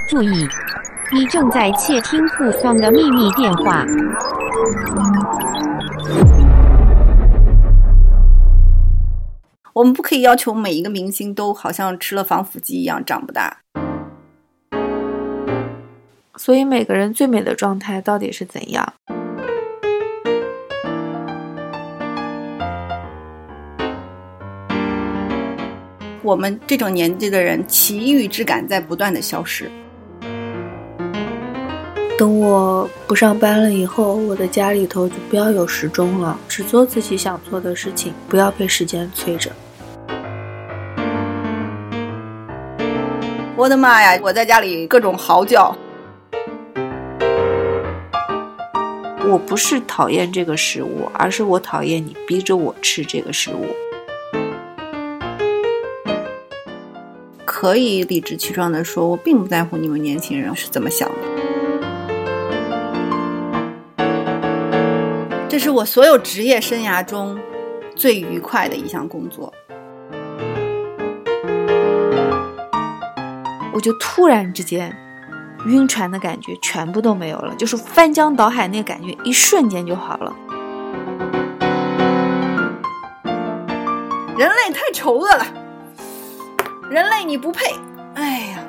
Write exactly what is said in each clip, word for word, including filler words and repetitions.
注意，你正在窃听付送的秘密电话。 我们不可以要求每一个明星都好像吃了防腐剂一样长不大。 所以每个人最美的状态到底是怎样？ 我们这种年纪的人，奇遇之感在不断的消失。 等我不上班了以后，我的家里头就不要有时钟了，只做自己想做的事情，不要被时间催着。 我的妈呀，我在家里各种嚎叫。 我不是讨厌这个食物，而是我讨厌你逼着我吃这个食物。 可以理直气壮地说，我并不在乎你们年轻人是怎么想的。这是我所有职业生涯中最愉快的一项工作。 我就突然之间晕船的感觉全部都没有了，就是翻江倒海那个感觉一瞬间就好了。 人类太丑恶了，人类你不配。哎呀，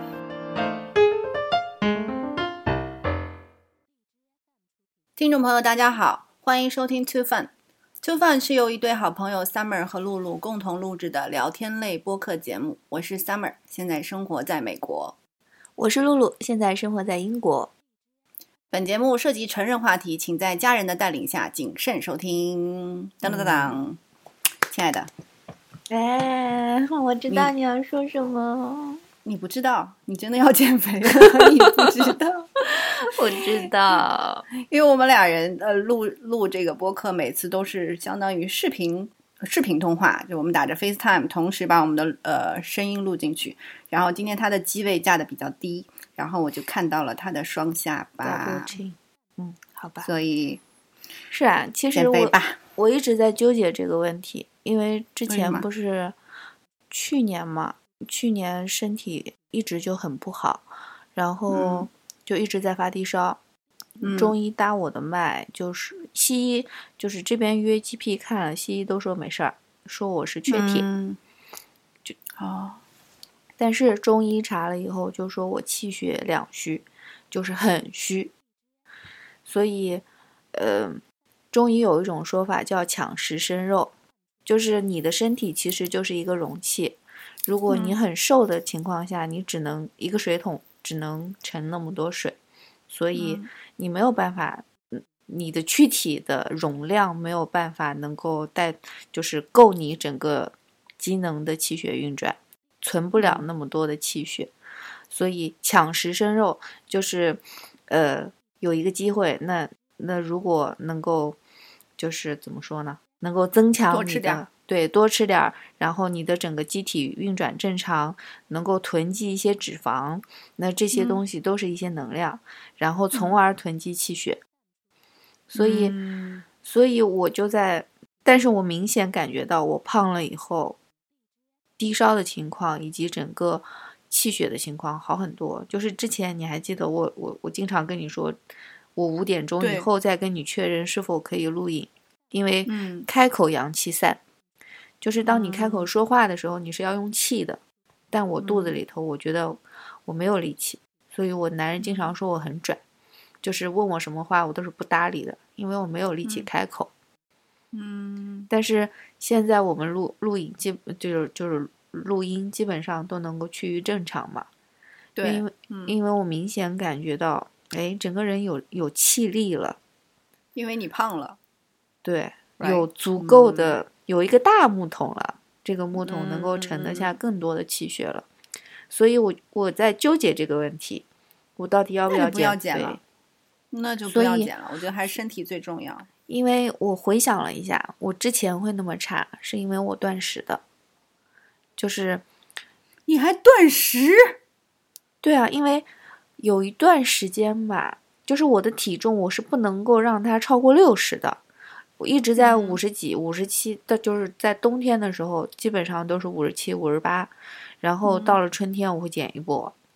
听众朋友大家好，欢迎收听 Too Fun。Too Fun 是由一对好朋友 Summer 和露露共同录制的聊天类播客节目。我是 Summer， 现在生活在美国。 我是露露，现在生活在英国。 本节目涉及成人话题，请在家人的带领下谨慎收听。当当当当，亲爱的， 哎，我知道你要说什么。 你不知道，你真的要减肥了？你不知道？ 我知道， 因为我们俩人呃录录这个播客，每次都是相当于视频视频通话，就我们打着 FaceTime， 同时把我们的呃声音录进去。然后今天他的机位架的比较低，然后我就看到了他的双下巴。 嗯，好吧。 所以是啊，其实我我一直在纠结这个问题，因为之前不是去年嘛，去年身体一直就很不好，然后就一直在发低烧。嗯、中医搭我的脉，就是西医就是这边约 G P 看了，西医都说没事儿，说我是缺铁。 嗯、 就哦，但是中医查了以后就说我气血两虚，就是很虚。所以呃中医有一种说法叫抢食生肉，就是你的身体其实就是一个容器，如果你很瘦的情况下、嗯、你只能一个水桶只能盛那么多水，所以你没有办法、嗯、你的躯体的容量没有办法能够带，就是够你整个机能的气血运转，存不了那么多的气血，所以抢食生肉就是呃有一个机会，那那如果能够就是怎么说呢，能够增强你的多吃点， 对，多吃点，然后你的整个机体运转正常，能够囤积一些脂肪，那这些东西都是一些能量、嗯、然后从而囤积气血、嗯、所以、嗯、所以我就在，但是我明显感觉到我胖了以后低烧的情况以及整个气血的情况好很多。就是之前你还记得我我我经常跟你说，我五点钟以后再跟你确认是否可以录影，因为开口阳气散、嗯、就是当你开口说话的时候、嗯、你是要用气的，但我肚子里头我觉得我没有力气、嗯、所以我男人经常说我很拽，就是问我什么话我都是不搭理的，因为我没有力气开口。 嗯， 但是现在我们录录影基就是就是录音基本上都能够趋于正常嘛。 对， 因为、嗯、因为我明显感觉到哎，整个人有有气力了， 因为你胖了。 对， right. 有足够的、嗯、有一个大木桶了，这个木桶能够盛得下更多的气血了、嗯、所以我我在纠结这个问题，我到底要不要减肥？ 那就不要减了，那就不要减了，我觉得还是身体最重要。 因为我回想了一下，我之前会那么差是因为我断食的。就是你还断食？ 对啊，因为有一段时间吧，就是我的体重我是不能够让它超过六十的，我一直在五十几、五十七的，就是在冬天的时候基本上都是五十七、五十八，然后到了春天我会减一波，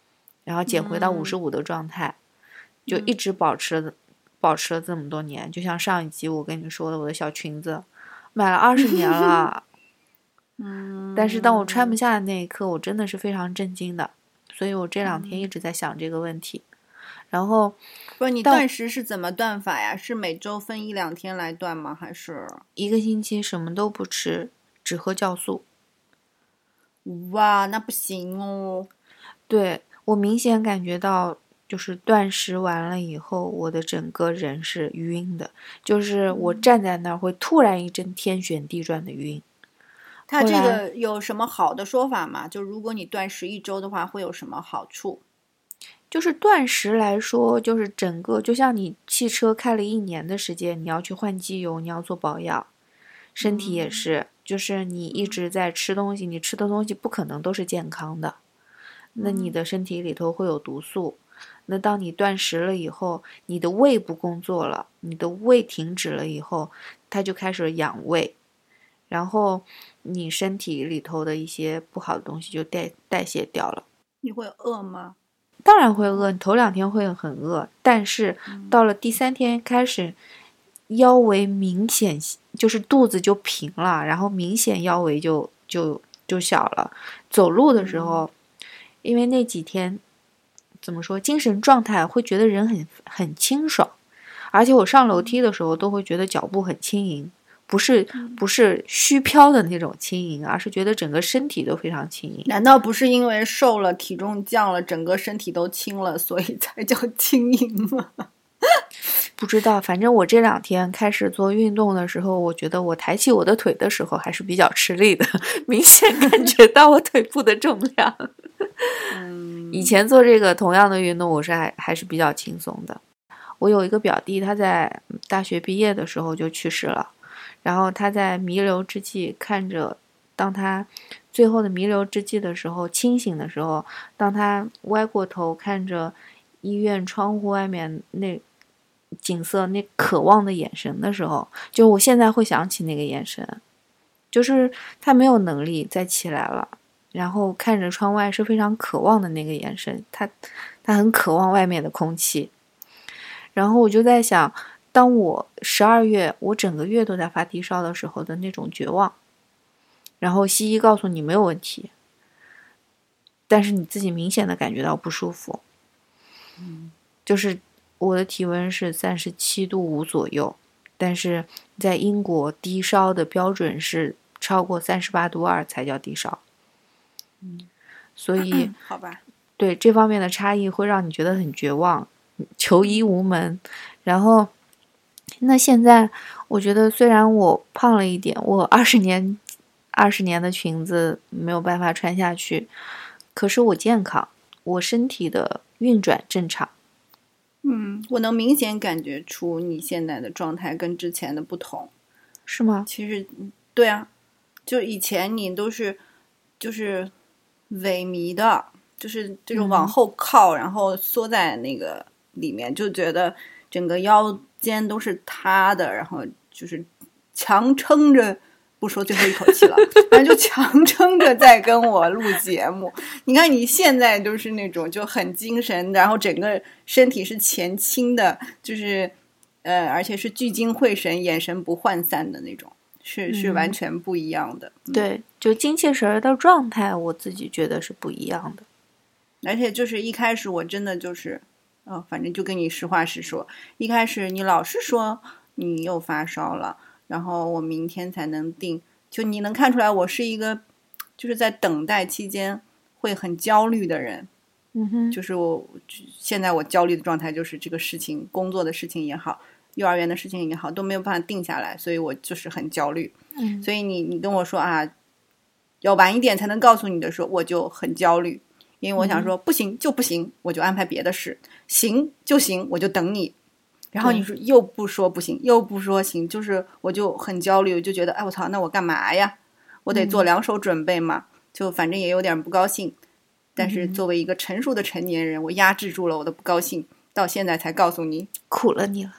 然后减回到五十五的状态，嗯、就一直保持了、嗯、保持了这么多年。就像上一集我跟你说的，我的小裙子买了二十年了， 嗯， 但是当我穿不下的那一刻，我真的是非常震惊的。所以我这两天一直在想这个问题。嗯、然后， 不是你断食是怎么断法呀？是每周分一两天来断吗？还是一个星期什么都不吃，只喝酵素？ 哇，那不行哦。 对，我明显感觉到，就是断食完了以后，我的整个人是晕的，就是我站在那儿会突然一阵天旋地转的晕。 它这个有什么好的说法吗？就如果你断食一周的话，会有什么好处？ 就是断食来说，就是整个就像你汽车开了一年的时间，你要去换机油，你要做保养，身体也是，嗯、就是你一直在吃东西，你吃的东西不可能都是健康的，那你的身体里头会有毒素。那当你断食了以后，你的胃不工作了，你的胃停止了以后，它就开始养胃，然后你身体里头的一些不好的东西就代代谢掉了。 你会饿吗？ 当然会饿，你头两天会很饿，但是到了第三天开始，腰围明显就是肚子就平了，然后明显腰围就就就小了。走路的时候，嗯、因为那几天怎么说，精神状态会觉得人很很清爽，而且我上楼梯的时候都会觉得脚步很轻盈。不是不是虚飘的那种轻盈，而是觉得整个身体都非常轻盈。 难道不是因为瘦了，体重降了，整个身体都轻了，所以才叫轻盈吗？ 不知道，反正我这两天开始做运动的时候，我觉得我抬起我的腿的时候还是比较吃力的，明显感觉到我腿部的重量。 嗯， 以前做这个同样的运动，我是还还是比较轻松的。我有一个表弟，他在大学毕业的时候就去世了。然后他在弥留之际看着，当他最后的弥留之际的时候，清醒的时候，当他歪过头看着医院窗户外面那景色，那渴望的眼神的时候，就我现在会想起那个眼神，就是他没有能力再起来了，然后看着窗外是非常渴望的那个眼神，他他很渴望外面的空气。然后我就在想，当我十二月我整个月都在发低烧的时候的那种绝望，然后西医告诉你没有问题，但是你自己明显的感觉到不舒服， 嗯， 就是我的体温是三十七度五左右，但是在英国低烧的标准是超过三十八度二才叫低烧， 嗯， 所以、 嗯、好吧， 对这方面的差异会让你觉得很绝望，求医无门。然后那现在我觉得虽然我胖了一点，我二十年二十年的裙子没有办法穿下去，可是我健康，我身体的运转正常。 嗯，我能明显感觉出你现在的状态跟之前的不同。 是吗？ 其实对啊，就以前你都是就是萎靡的，就是这种往后靠、嗯、然后缩在那个里面，就觉得整个腰肩都是塌的，然后就是强撑着不说最后一口气了，反正就强撑着在跟我录节目。你看你现在都是那种就很精神，然后整个身体是前倾的，就是呃，而且是聚精会神，眼神不涣散的那种，是是完全不一样的。 嗯、对，就精气神的状态，我自己觉得是不一样的。 而且就是一开始我真的就是，呃，反正就跟你实话实说，一开始你老是说你又发烧了。然后我明天才能定，就你能看出来我是一个就是在等待期间会很焦虑的人。 嗯哼， 就是我现在我焦虑的状态就是这个事情，工作的事情也好，幼儿园的事情也好，都没有办法定下来，所以我就是很焦虑。 嗯， 所以你你跟我说啊，要晚一点才能告诉你的时候，我就很焦虑，因为我想说、嗯、不行就不行，我就安排别的事，行就行，我就等你。然后你说又不说不行，又不说行，就是我就很焦虑，就觉得哎我操，那我干嘛呀？我得做两手准备嘛，嗯、就反正也有点不高兴。但是作为一个成熟的成年人，我压制住了我的不高兴，到现在才告诉你， 苦了你了。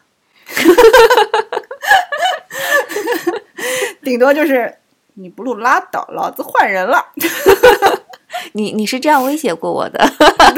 顶多就是你不录拉倒，老子换人了。 你你是这样威胁过我的。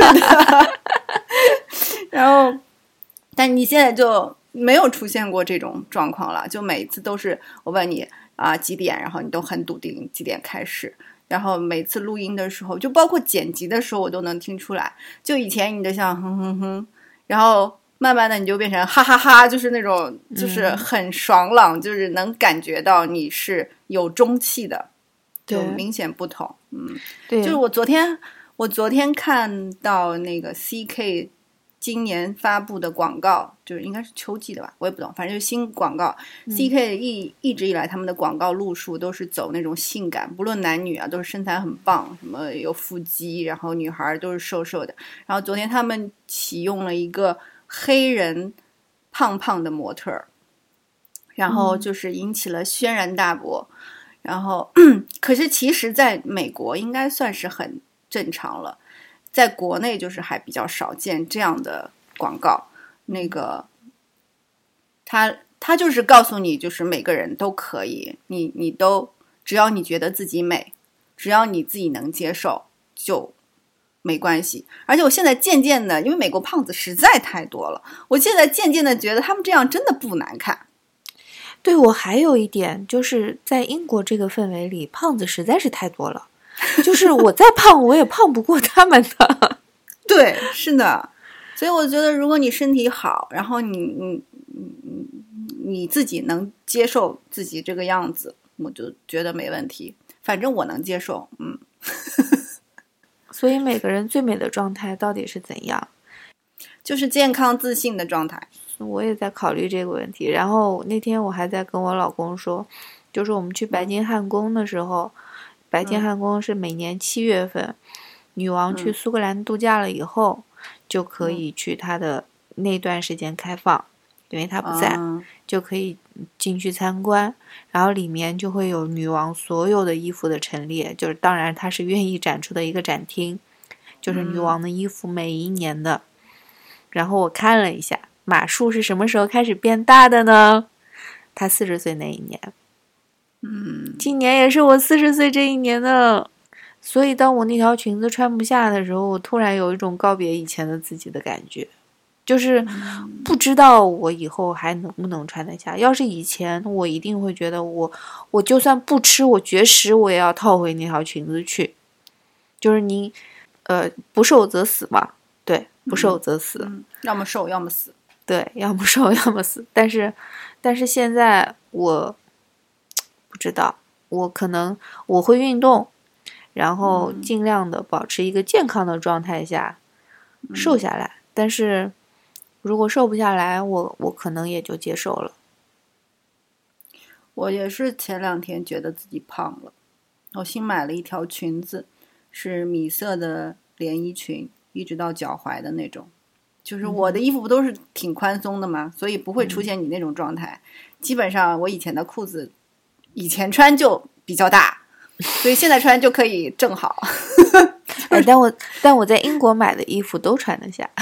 然后，但你现在就没有出现过这种状况了，就每一次都是我问你啊几点，然后你都很笃定几点开始。然后每次录音的时候，就包括剪辑的时候，我都能听出来。就以前你就像哼哼哼，然后慢慢的你就变成哈哈哈，就是那种就是很爽朗，嗯、就是能感觉到你是有中气的，就明显不同。嗯， 对， 就是我昨天我昨天看到那个 C K。今年发布的广告就是应该是秋季的吧，我也不懂，反正就是新广告。嗯、C K 一一直以来他们的广告路数都是走那种性感，不论男女啊，都是身材很棒，什么有腹肌，然后女孩都是瘦瘦的。然后昨天他们启用了一个黑人胖胖的模特，然后就是引起了轩然大波。嗯、然后可是其实在美国应该算是很正常了。在国内就是还比较少见这样的广告，那个他他就是告诉你，就是每个人都可以，你你都只要你觉得自己美，只要你自己能接受就没关系。而且我现在渐渐的，因为美国胖子实在太多了，我现在渐渐的觉得他们这样真的不难看。 对，我还有一点就是在英国这个氛围里，胖子实在是太多了。就是我再胖我也胖不过他们的。 对，是的。所以我觉得如果你身体好，然后你你你你自己能接受自己这个样子，我就觉得没问题，反正我能接受。嗯。 所以每个人最美的状态到底是怎样？ 就是健康自信的状态。 我也在考虑这个问题。然后那天我还在跟我老公说，就是我们去白金汉宫的时候，白金汉宫是每年七月份、嗯、女王去苏格兰度假了以后、嗯、就可以去她的那段时间开放、嗯、因为她不在、嗯、就可以进去参观，然后里面就会有女王所有的衣服的陈列，就是当然她是愿意展出的一个展厅，就是女王的衣服每一年的、嗯、然后我看了一下码数是什么时候开始变大的呢？她四十岁那一年， 嗯， 今年也是我四十岁这一年呢，所以当我那条裙子穿不下的时候，我突然有一种告别以前的自己的感觉，就是不知道我以后还能不能穿得下。要是以前，我一定会觉得我我就算不吃，我绝食，我也要套回那条裙子去。就是你，呃，不瘦则死嘛，对，不瘦则死， 嗯嗯、要么瘦要么死， 对，要么瘦要么死。但是，但是现在我。不知道，我可能我会运动，然后尽量的保持一个健康的状态下、嗯、瘦下来。但是如果瘦不下来，我我可能也就接受了。 我也是前两天觉得自己胖了，我新买了一条裙子，是米色的连衣裙，一直到脚踝的那种。就是我的衣服不都是挺宽松的吗？所以不会出现你那种状态。嗯、基本上我以前的裤子。以前穿就比较大，所以现在穿就可以正好。 哎，但我但我在英国买的衣服都穿得下，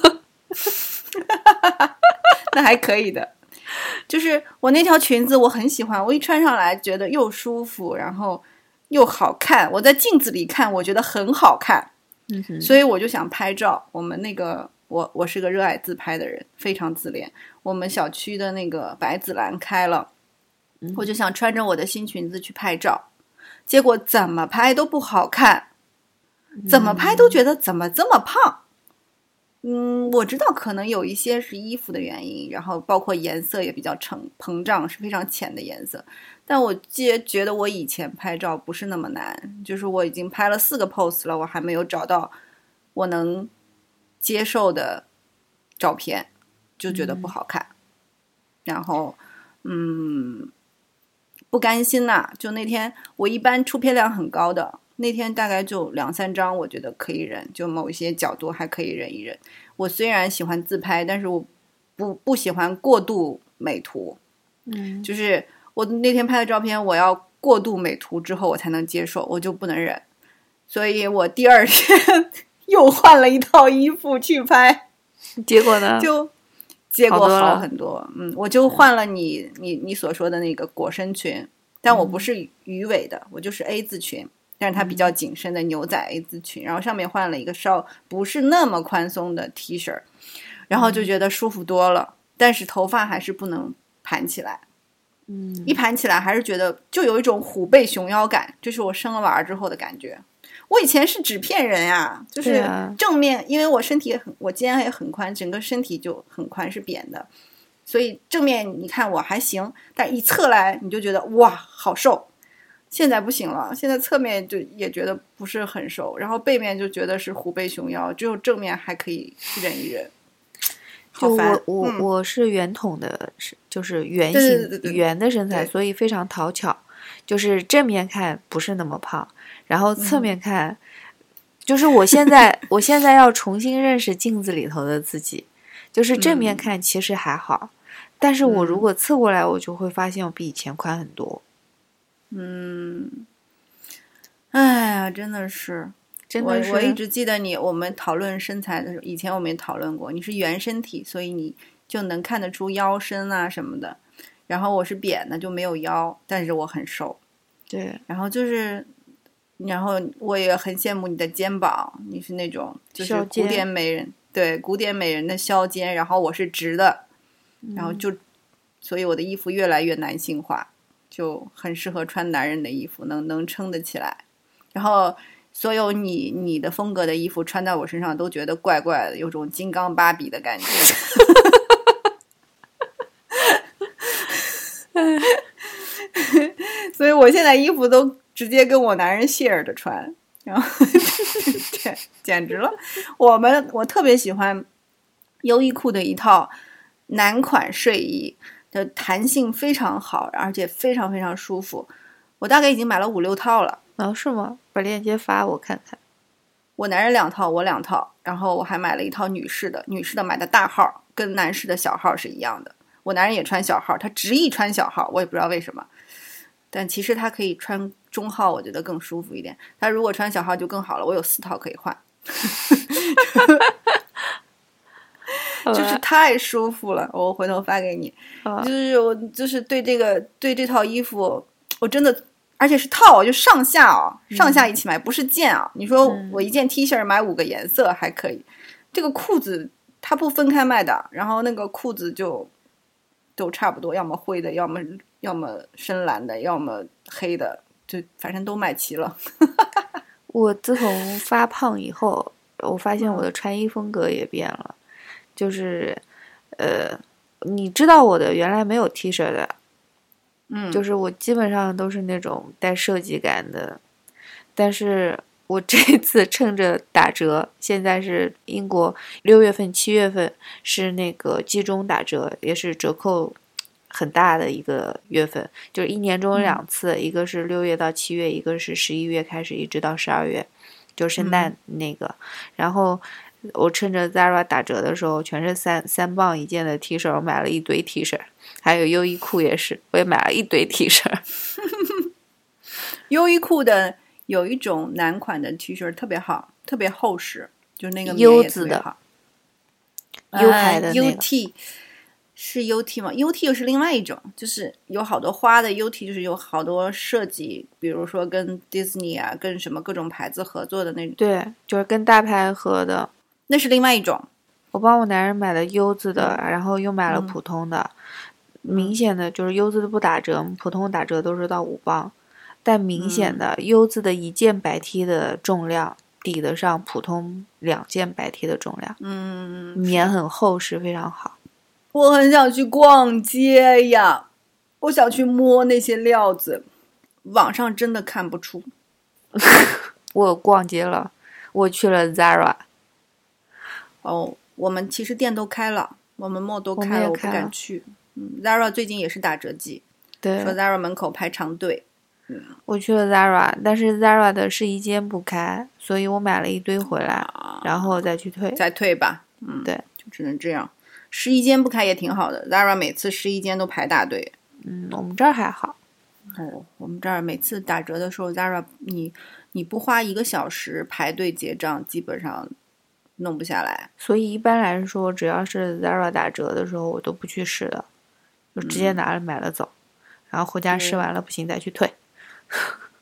那还可以的。就是我那条裙子我很喜欢，我一穿上来觉得又舒服，然后又好看。我在镜子里看，我觉得很好看， 嗯哼， 所以我就想拍照。我们那个我我是个热爱自拍的人，非常自恋。我们小区的那个白子栏开了。我就想穿着我的新裙子去拍照，结果怎么拍都不好看，怎么拍都觉得怎么这么胖。嗯，我知道可能有一些是衣服的原因，然后包括颜色也比较成膨胀，是非常浅的颜色。但我觉觉得我以前拍照不是那么难，就是我已经拍了四个 pose 了，我还没有找到我能接受的照片，就觉得不好看。嗯、然后，嗯。不甘心呐、啊！就那天我一般出片量很高的，那天大概就两三张，我觉得可以忍，就某一些角度还可以忍一忍。我虽然喜欢自拍，但是我不不喜欢过度美图， 嗯， 就是我那天拍的照片，我要过度美图之后我才能接受，我就不能忍，所以我第二天又换了一套衣服去拍， 结果呢？ 就。结果好很多，嗯，我就换了你你你所说的那个裹身裙，但我不是鱼尾的，我就是 A 字裙， 但是它比较紧身的牛仔 A 字裙，然后上面换了一个稍不是那么宽松的 T 恤，然后就觉得舒服多了，但是头发还是不能盘起来。 嗯， 一盘起来还是觉得就有一种虎背熊腰感，这是我生了娃之后的感觉。我以前是纸片人呀，就是正面，因为我身体也很，我肩也很宽，整个身体就很宽，是扁的，所以正面你看我还行，但一侧来你就觉得哇好瘦。现在不行了，现在侧面就也觉得不是很瘦，然后背面就觉得是虎背熊腰，只有正面还可以忍一忍。 就我我、 嗯、 我是圆筒的，就是圆形对对对对圆的身材，所以非常讨巧。就是正面看不是那么胖，然后侧面看，嗯、就是我现在我现在要重新认识镜子里头的自己。就是正面看其实还好，嗯、但是我如果侧过来，我就会发现我比以前宽很多。 嗯，哎呀，真的是。 真的是我我一直记得你，我们讨论身材的时候，以前我们也讨论过，你是圆身体，所以你就能看得出腰身啊什么的。然后我是扁的，就没有腰，但是我很瘦。 对， 然后就是，然后我也很羡慕你的肩膀，你是那种就是古典美人，对，古典美人的削肩，然后我是直的，然后就，嗯、所以我的衣服越来越男性化，就很适合穿男人的衣服，能能撑得起来。然后所有你你的风格的衣服穿在我身上都觉得怪怪的，有种金刚芭比的感觉。所以我现在衣服都直接跟我男人 share 着穿，然后对，简直了。我们我特别喜欢优衣库的一套男款睡衣的弹性非常好，而且非常非常舒服。我大概已经买了五六套了。 哦，是吗？把链接发我看看。 我男人两套，我两套，然后我还买了一套女士的，女士的买的大号，跟男士的小号是一样的。我男人也穿小号，他执意穿小号，我也不知道为什么。但其实他可以穿中号，我觉得更舒服一点。他如果穿小号就更好了，我有四套可以换。就是太舒服了，我回头发给你。就是我就是对这个对这套衣服，我真的。而且是套，就上下啊，上下一起买，嗯、不是件啊。你说我一件 T 恤买五个颜色还可以，嗯、这个裤子它不分开卖的，然后那个裤子就都差不多，要么灰的，要么要么深蓝的，要么黑的，就反正都卖齐了。 我自从发胖以后，我发现我的穿衣风格也变了，就是呃，你知道我的原来没有 T 恤的。 嗯， 就是我基本上都是那种带设计感的，但是我这次趁着打折，现在是英国六月份、七月份是那个季中打折，也是折扣很大的一个月份，就是一年中两次，嗯、一个是六月到七月，一个是十一月开始一直到十二月，就圣诞那个，嗯、然后。我趁着 Zara 打折的时候，全是三三磅一件的 T 恤，我买了一堆 T 恤，还有优衣库也是，我也买了一堆 T 恤。 优衣库的有一种男款的 T 恤特别好，特别厚实，就是那个优子的，优牌的、那个呃、U T 是 U T 吗 ？U T 又是另外一种，就是有好多花的 U T， 就是有好多设计，比如说跟 Disney 啊，跟什么各种牌子合作的那种。 对，就是跟大牌合的。 那是另外一种。 我帮我男人买了优子的，嗯、然后又买了普通的。嗯、明显的就是优子的不打折，普通打折都是到五磅，但明显的、嗯、优子的一件白 T 的重量抵得上普通两件白 T 的重量。 嗯， 棉很厚实，非常好。 我很想去逛街呀，我想去摸那些料子，网上真的看不出。 我逛街了，我去了 Zara。 哦，我们其实店都开了，我们 mall 都开了， 我, 我不敢去。嗯 ，Zara 最近也是打折季， 对， 说 Zara 门口排长队。 嗯，我去了 Zara， 但是 Zara 的试衣间不开，所以我买了一堆回来，啊、然后再去退， 再退吧。嗯， 对， 就只能这样。试衣间不开也挺好的 ，Zara 每次试衣间都排大队。 嗯，我们这儿还好。 哦，我们这儿每次打折的时候 ，Zara 你你不花一个小时排队结账，基本上。弄不下来， 所以一般来说，只要是 Zara 打折的时候，我都不去试的，就直接拿了买了走，嗯、然后回家试完了不行再去退。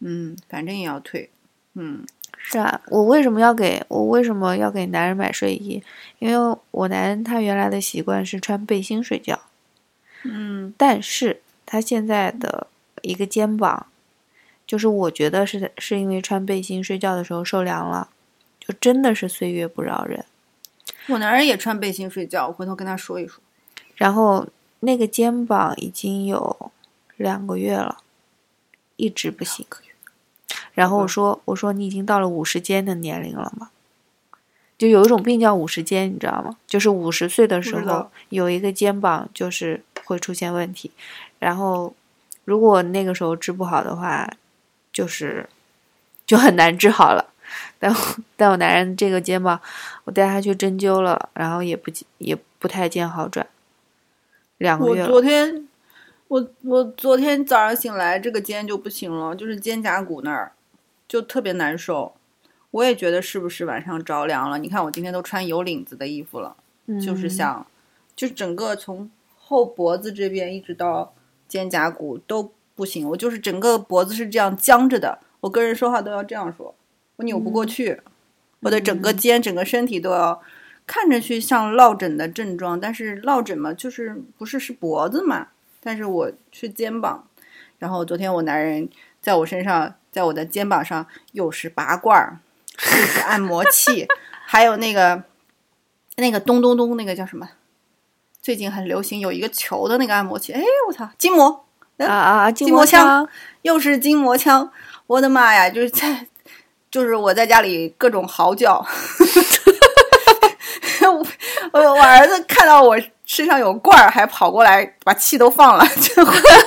嗯，反正也要退。嗯， 是啊，我为什么要给我为什么要给男人买睡衣？因为我男人他原来的习惯是穿背心睡觉， 嗯， 但是他现在的一个肩膀，就是我觉得是是因为穿背心睡觉的时候受凉了，就真的是岁月不饶人。 我男人也穿背心睡觉，我回头跟他说一说。 然后那个肩膀已经有两个月了，一直不行。然后我说我说你已经到了五十肩的年龄了吗？就有一种病叫五十肩，你知道吗？就是五十岁的时候有一个肩膀就是会出现问题，然后如果那个时候治不好的话，就是就很难治好了。但但我男人这个肩膀，我带他去针灸了，然后也不也不太见好转，两个月了。 我昨天我我昨天早上醒来，这个肩就不行了，就是肩胛骨那儿就特别难受。我也觉得是不是晚上着凉了？你看我今天都穿有领子的衣服了， 嗯、 就是想，就是整个从后脖子这边一直到肩胛骨都不行，我就是整个脖子是这样僵着的，我跟人说话都要这样说，我扭不过去，嗯、我的整个肩、整个身体都要看着去像落枕的症状，但是落枕嘛，就是不是是脖子嘛，但是我是肩膀。然后昨天我男人在我身上，在我的肩膀上又是拔罐，又是按摩器，还有那个那个咚咚咚那个叫什么？最近很流行有一个球的那个按摩器，哎，我操，筋膜啊啊， 筋膜枪，又是筋膜枪，我的妈呀！就是在，就是我在家里各种嚎叫。我我儿子看到我身上有罐儿，还跑过来把气都放了，就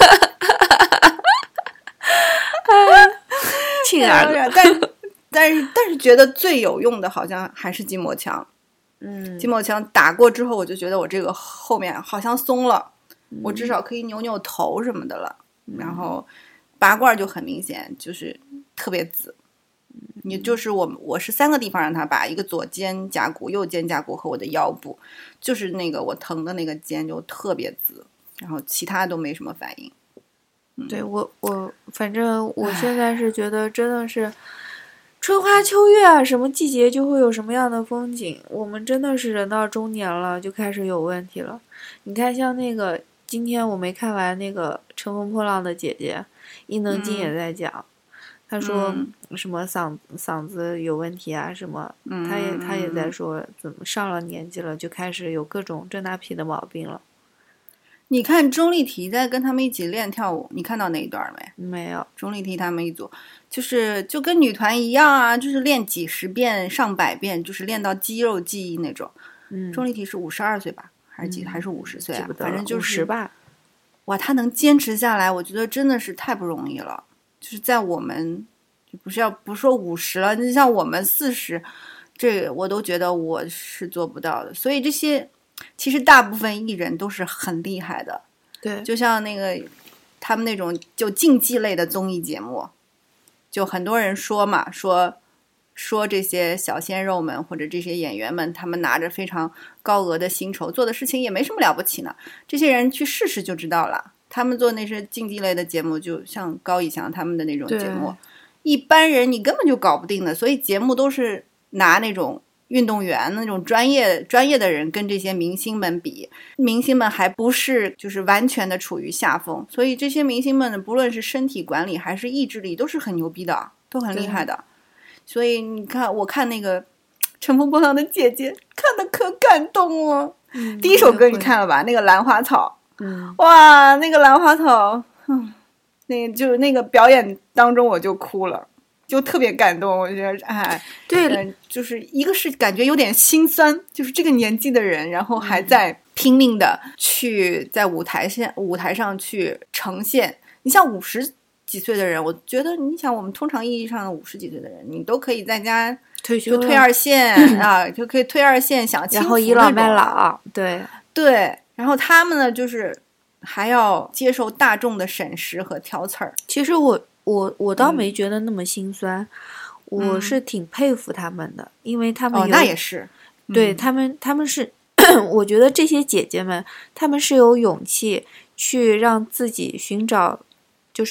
气儿了。 但是但是但是觉得最有用的好像还是筋膜枪。 嗯， 筋膜枪打过之后，我就觉得我这个后面好像松了， 嗯、 我至少可以扭扭头什么的了。嗯、然后拔罐就很明显，就是特别紫。你就是我，我是三个地方让他拔，一个左肩胛骨、右肩胛骨和我的腰部，就是那个我疼的那个肩就特别紫，然后其他都没什么反应。 嗯、对我，我反正我现在是觉得真的是春花秋月啊，什么季节就会有什么样的风景。我们真的是人到中年了就开始有问题了。你看，像那个今天我没看完那个《乘风破浪的姐姐》，伊能静也在讲。嗯他说什么嗓嗓子有问题啊什么， 嗯、 他也他也在说怎么上了年纪了就开始有各种正大屁的毛病了。 你看钟丽缇在跟他们一起练跳舞，你看到那一段没？ 没有。 钟丽缇他们一组就是就跟女团一样啊，就是练几十遍上百遍，就是练到肌肉记忆那种。 嗯， 钟丽缇是五十二岁吧，还是几、嗯、还是五十岁啊？反正就是五十吧。 哇，她能坚持下来，我觉得真的是太不容易了。就是在我们就不是要不说五十了，你像我们四十，这我都觉得我是做不到的。所以这些其实大部分艺人都是很厉害的， 对， 就像那个他们那种就竞技类的综艺节目，就很多人说嘛，说说这些小鲜肉们或者这些演员们，他们拿着非常高额的薪酬做的事情也没什么了不起呢，这些人去试试就知道了。他们做那些竞技类的节目，就像高以翔他们的那种节目，一般人你根本就搞不定的。所以节目都是拿那种运动员那种专业专业的人跟这些明星们比，明星们还不是就是完全的处于下风。所以这些明星们不论是身体管理还是意志力都是很牛逼的，都很厉害的。所以你看，我看那个《乘风破浪的姐姐》，看得可感动了。 嗯、 第一首歌你看了吧？那个兰花草。 嗯， 哇，那个兰花草，嗯，那个就是那个表演当中我就哭了，就特别感动。我觉得，哎， 对、 呃，就是一个是感觉有点心酸，就是这个年纪的人，然后还在拼命的去在舞台上舞台上去呈现。你像五十几岁的人，我觉得你想我们通常意义上的五十几岁的人，你都可以在家退休就退二线啊，就可以退二线享清福， 然后倚老卖老，对对。然后他们呢，就是还要接受大众的审视和挑刺儿。 其实我我我倒没觉得那么心酸，嗯、我是挺佩服他们的，因为他们有、 哦、那也是， 对、 嗯、 他们他们是，我觉得这些姐姐们，他们是有勇气去让自己寻找，就是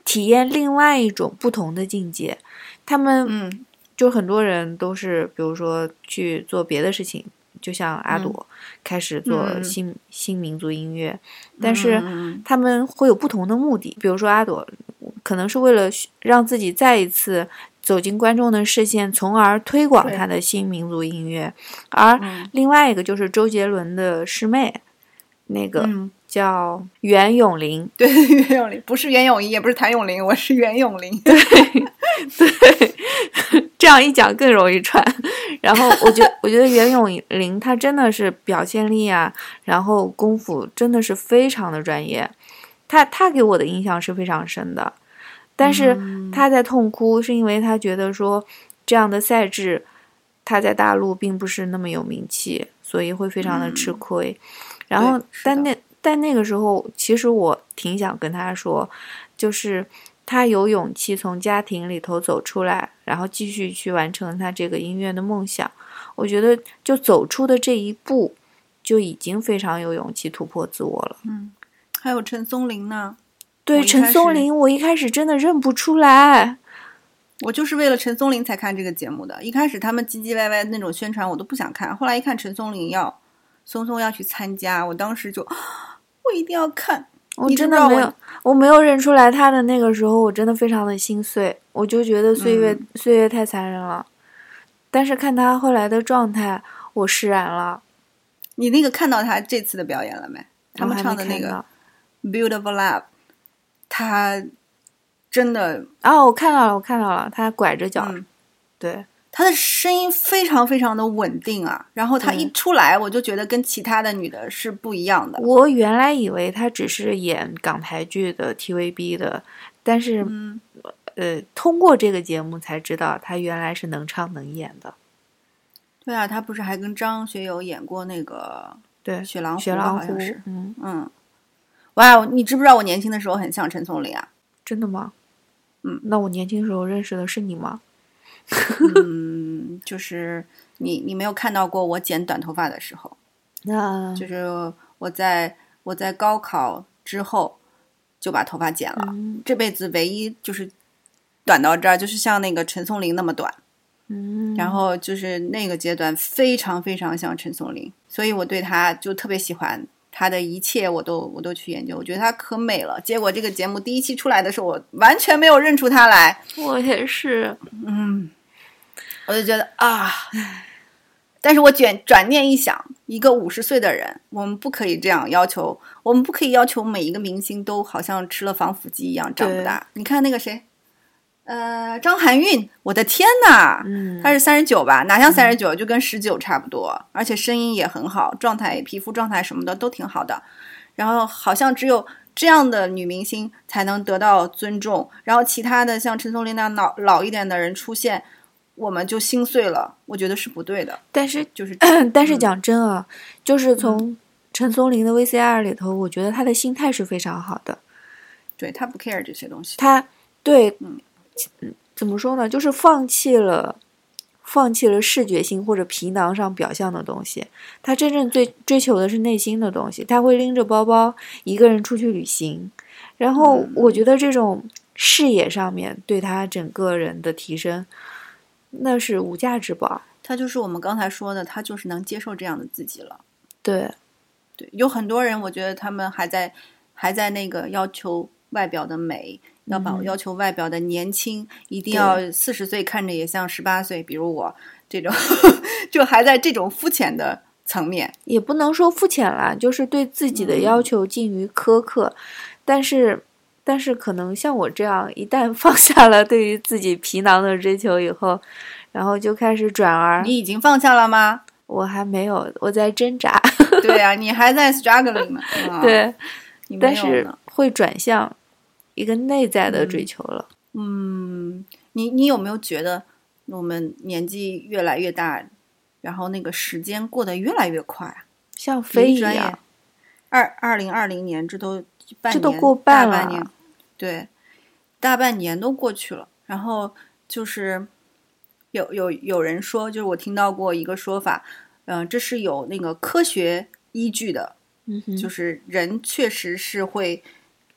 体验另外一种不同的境界。他们嗯， 就很多人都是，比如说去做别的事情，就像阿朵、 嗯、 开始做嗯新、新民族音乐，但是嗯他们会有不同的目的。比如说阿朵可能是为了让自己再一次走进观众的视线，从而推广他的新民族音乐，而另外一个就是周杰伦的师妹，那个叫袁咏琳， 对，袁咏琳不是袁咏仪，也不是谭咏麟，我是袁咏琳。 对对，这样一讲更容易串。然后我觉得，我觉得袁咏琳她真的是表现力啊，然后功夫真的是非常的专业。她她给我的印象是非常深的，但是她在痛哭，是因为她觉得说这样的赛制，她在大陆并不是那么有名气，所以会非常的吃亏。嗯、然后，但那但那个时候，其实我挺想跟她说，就是她有勇气从家庭里头走出来，然后继续去完成她这个音乐的梦想。我觉得就走出的这一步，就已经非常有勇气突破自我了。 嗯，还有陈松伶呢？ 对，陈松伶，我一开始真的认不出来。 我就是为了陈松伶才看这个节目的。一开始他们唧唧歪歪那种宣传我都不想看，后来一看陈松伶要松松要去参加，我当时就我一定要看。 我真的没有，我, 我没有认出来他的那个时候，我真的非常的心碎，我就觉得岁月、嗯、岁月太残忍了。但是看他后来的状态，我释然了。 你那个看到他这次的表演了没？他们唱的那个 Beautiful Love， 他真的哦，我看到了，我看到了，他拐着脚，嗯、对。 她的声音非常非常的稳定啊，然后她一出来我就觉得跟其他的女的是不一样的。 我原来以为她只是演港台剧的 T V B 的，但是、嗯、呃，通过这个节目才知道她原来是能唱能演的。 对啊，她不是还跟张学友演过那个对雪狼湖， 雪狼湖好像是。 嗯嗯，哇，你知不知道我年轻的时候很像陈松伶啊？ 真的吗？ 嗯， 那我年轻时候认识的是你吗？ 嗯，就是你，你没有看到过我剪短头发的时候。 那就是我在我在高考之后就把头发剪了， 嗯、 这辈子唯一就是短到这儿，就是像那个陈松伶那么短。 嗯， 然后就是那个阶段非常非常像陈松伶，所以我对她就特别喜欢。她的一切我都我都去研究，我觉得她可美了。结果这个节目第一期出来的时候，我完全没有认出她来。 我也是， 嗯，我就觉得啊，但是我转转念一想，一个五十岁的人，我们不可以这样要求，我们不可以要求每一个明星都好像吃了防腐剂一样长不大。你看那个谁，呃，张含韵，我的天哪， 嗯， 她是三十九吧？哪像三十九，就跟十九差不多，而且声音也很好，状态、皮肤状态什么的都挺好的。然后好像只有这样的女明星才能得到尊重，然后其他的像陈松伶那样老老一点的人出现，我们就心碎了。我觉得是不对的。 但是就是， 但是讲真啊，嗯、就是从陈松伶的 V C R 里头，我觉得她的心态是非常好的。 对，她不 care 这些东西。 她对。 嗯怎么说呢？就是放弃了，放弃了视觉性或者皮囊上表象的东西。他真正最追求的是内心的东西。他会拎着包包一个人出去旅行，然后我觉得这种视野上面对他整个人的提升，那是无价之宝。 他就是我们刚才说的，他就是能接受这样的自己了。 对， 对，有很多人，我觉得他们还在还在那个要求外表的美。要把要求外表的年轻，嗯、一定要四十岁看着也像十八岁，比如我这种，就还在这种肤浅的层面。 也不能说肤浅啦，就是对自己的要求近于苛刻。嗯、但是，但是可能像我这样，一旦放下了对于自己皮囊的追求以后，然后就开始转而。 你已经放下了吗？ 我还没有，我在挣扎。 对呀、啊，你还在 struggling 呢。啊、 对， 你但是会转向一个内在的追求了。 嗯，嗯你你有没有觉得我们年纪越来越大，然后那个时间过得越来越快啊？ 像飞一样。 二二零二零年，这都半年， 这都过半了。 大半年，对，大半年都过去了。然后就是有有有人说，就是我听到过一个说法，嗯、呃，这是有那个科学依据的， 嗯哼， 就是人确实是会。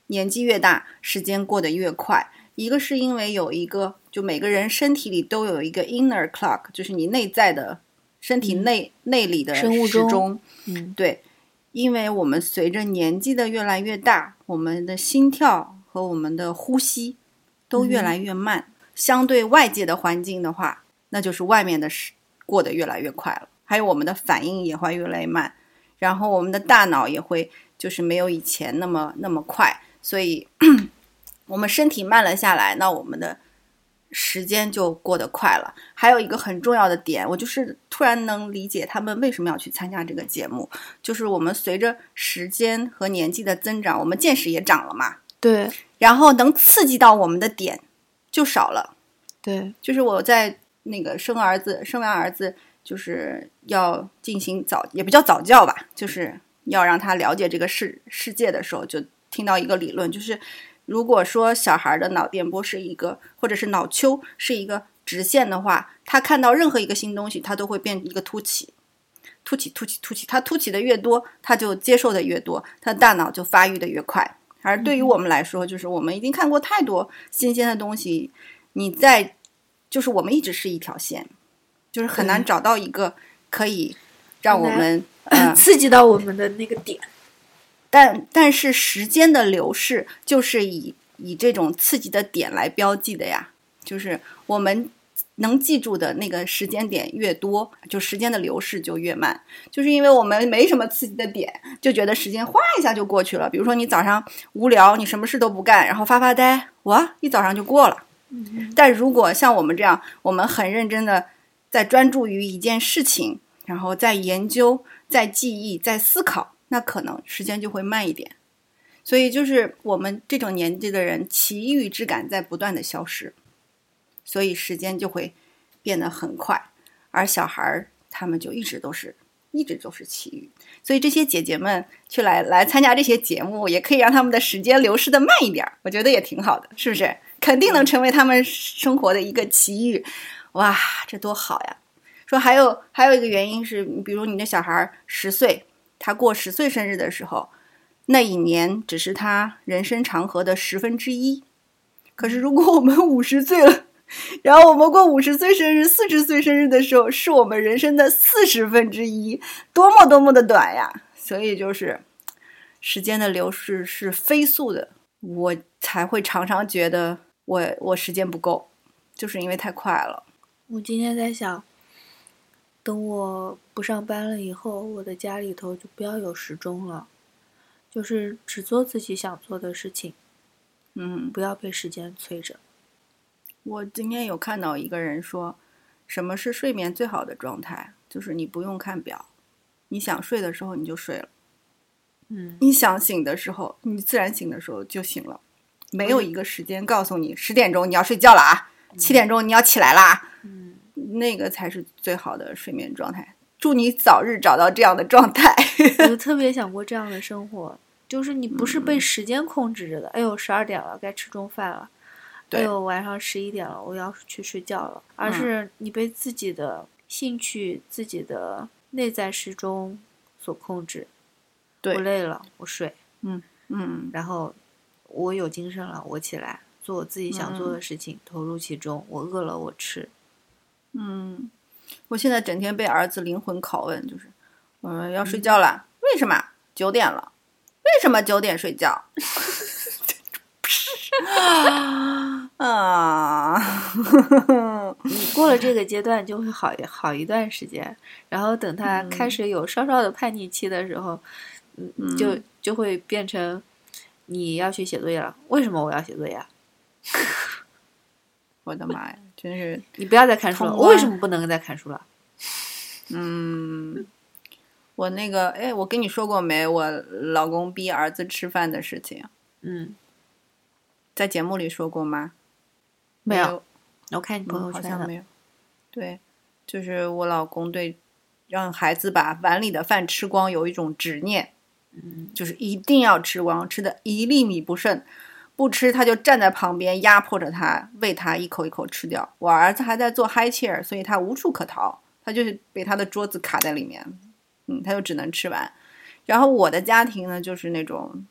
年纪越大，时间过得越快。一个是因为有一个，就每个人身体里都有一个 inner clock， 就是你内在的身体内、嗯、内里的时钟。 时钟嗯， 对，因为我们随着年纪的越来越大，我们的心跳和我们的呼吸都越来越慢。嗯、相对外界的环境的话，那就是外面的时过得越来越快了，还有我们的反应也会越来越慢，然后我们的大脑也会就是没有以前那么那么快，所以我们身体慢了下来，那我们的时间就过得快了。还有一个很重要的点，我就是突然能理解他们为什么要去参加这个节目，就是我们随着时间和年纪的增长，我们见识也长了嘛， 对， 然后能刺激到我们的点就少了。 对， 就是我在那个生儿子生完儿子就是要进行早也不叫早教吧，就是要让他了解这个世世界的时候，就听到一个理论，就是如果说小孩的脑电波是一个，或者是脑丘是一个直线的话，他看到任何一个新东西，他都会变一个凸起，凸起，凸起，凸起。他凸起的越多，他就接受的越多，他大脑就发育的越快。而对于我们来说，就是我们已经看过太多新鲜的东西，你在就是我们一直是一条线，就是很难找到一个可以让我们、 呃、刺激到我们的那个点。 但但是时间的流逝就是以以这种刺激的点来标记的呀，就是我们能记住的那个时间点越多，就时间的流逝就越慢，就是因为我们没什么刺激的点，就觉得时间哗一下就过去了。比如说你早上无聊，你什么事都不干，然后发发呆，哇，一早上就过了。但如果像我们这样，我们很认真的在专注于一件事情，然后在研究，在记忆，在思考，那可能时间就会慢一点。所以就是我们这种年纪的人，奇遇之感在不断的消失，所以时间就会变得很快。而小孩他们就一直都是一直都是奇遇，所以这些姐姐们去来来参加这些节目，也可以让他们的时间流逝的慢一点，我觉得也挺好的，是不是？肯定能成为他们生活的一个奇遇。哇，这多好呀！说还有还有一个原因是，比如你的小孩十岁，他过十岁生日的时候，那一年只是他人生长河的十分之一。可是如果我们五十岁了，然后我们过五十岁生日、四十岁生日的时候，是我们人生的四十分之一，多么多么的短呀！所以就是时间的流逝是飞速的，我才会常常觉得我我时间不够，就是因为太快了。 我今天在想，等我不上班了以后，我的家里头就不要有时钟了，就是只做自己想做的事情， 嗯， 不要被时间催着。 我今天有看到一个人说，什么是睡眠最好的状态，就是你不用看表，你想睡的时候你就睡了， 嗯， 你想醒的时候，你自然醒的时候就醒了，没有一个时间告诉你十点钟你要睡觉了啊，七点钟你要起来啦， 嗯， 那个才是最好的睡眠状态。祝你早日找到这样的状态。 我就特别想过这样的生活，就是你不是被时间控制着的，嗯、哎呦十二点了该吃中饭了，哎呦晚上十一点了我要去睡觉了，而是你被自己的兴趣、自己的内在时钟所控制。 对， 我累了我睡， 嗯嗯， 然后我有精神了我起来做我自己想做的事情，嗯、投入其中，我饿了我吃。 嗯，我现在整天被儿子灵魂拷问，就是嗯要睡觉了、嗯、为什么九点了，为什么九点睡觉？啊， 你过了这个阶段就会好好一段时间，然后等他开始有稍稍的叛逆期的时候，嗯，就就会变成你要去写作业了，为什么我要写作业啊？ 我的妈呀，真是！ 你不要再看书了，我为什么不能再看书了？ 嗯，我那个，哎，我跟你说过没？我老公逼儿子吃饭的事情。 嗯， 在节目里说过吗？ 没有，我看你朋友圈的、嗯、好像没有。对，就是我老公对让孩子把碗里的饭吃光有一种执念， 嗯， 就是一定要吃光，吃的一粒米不剩。不吃他就站在旁边压迫着他，喂他一口一口吃掉。我儿子还在做 high chair， 所以他无处可逃，他就是被他的桌子卡在里面，嗯，他就只能吃完。然后我的家庭呢，就是那种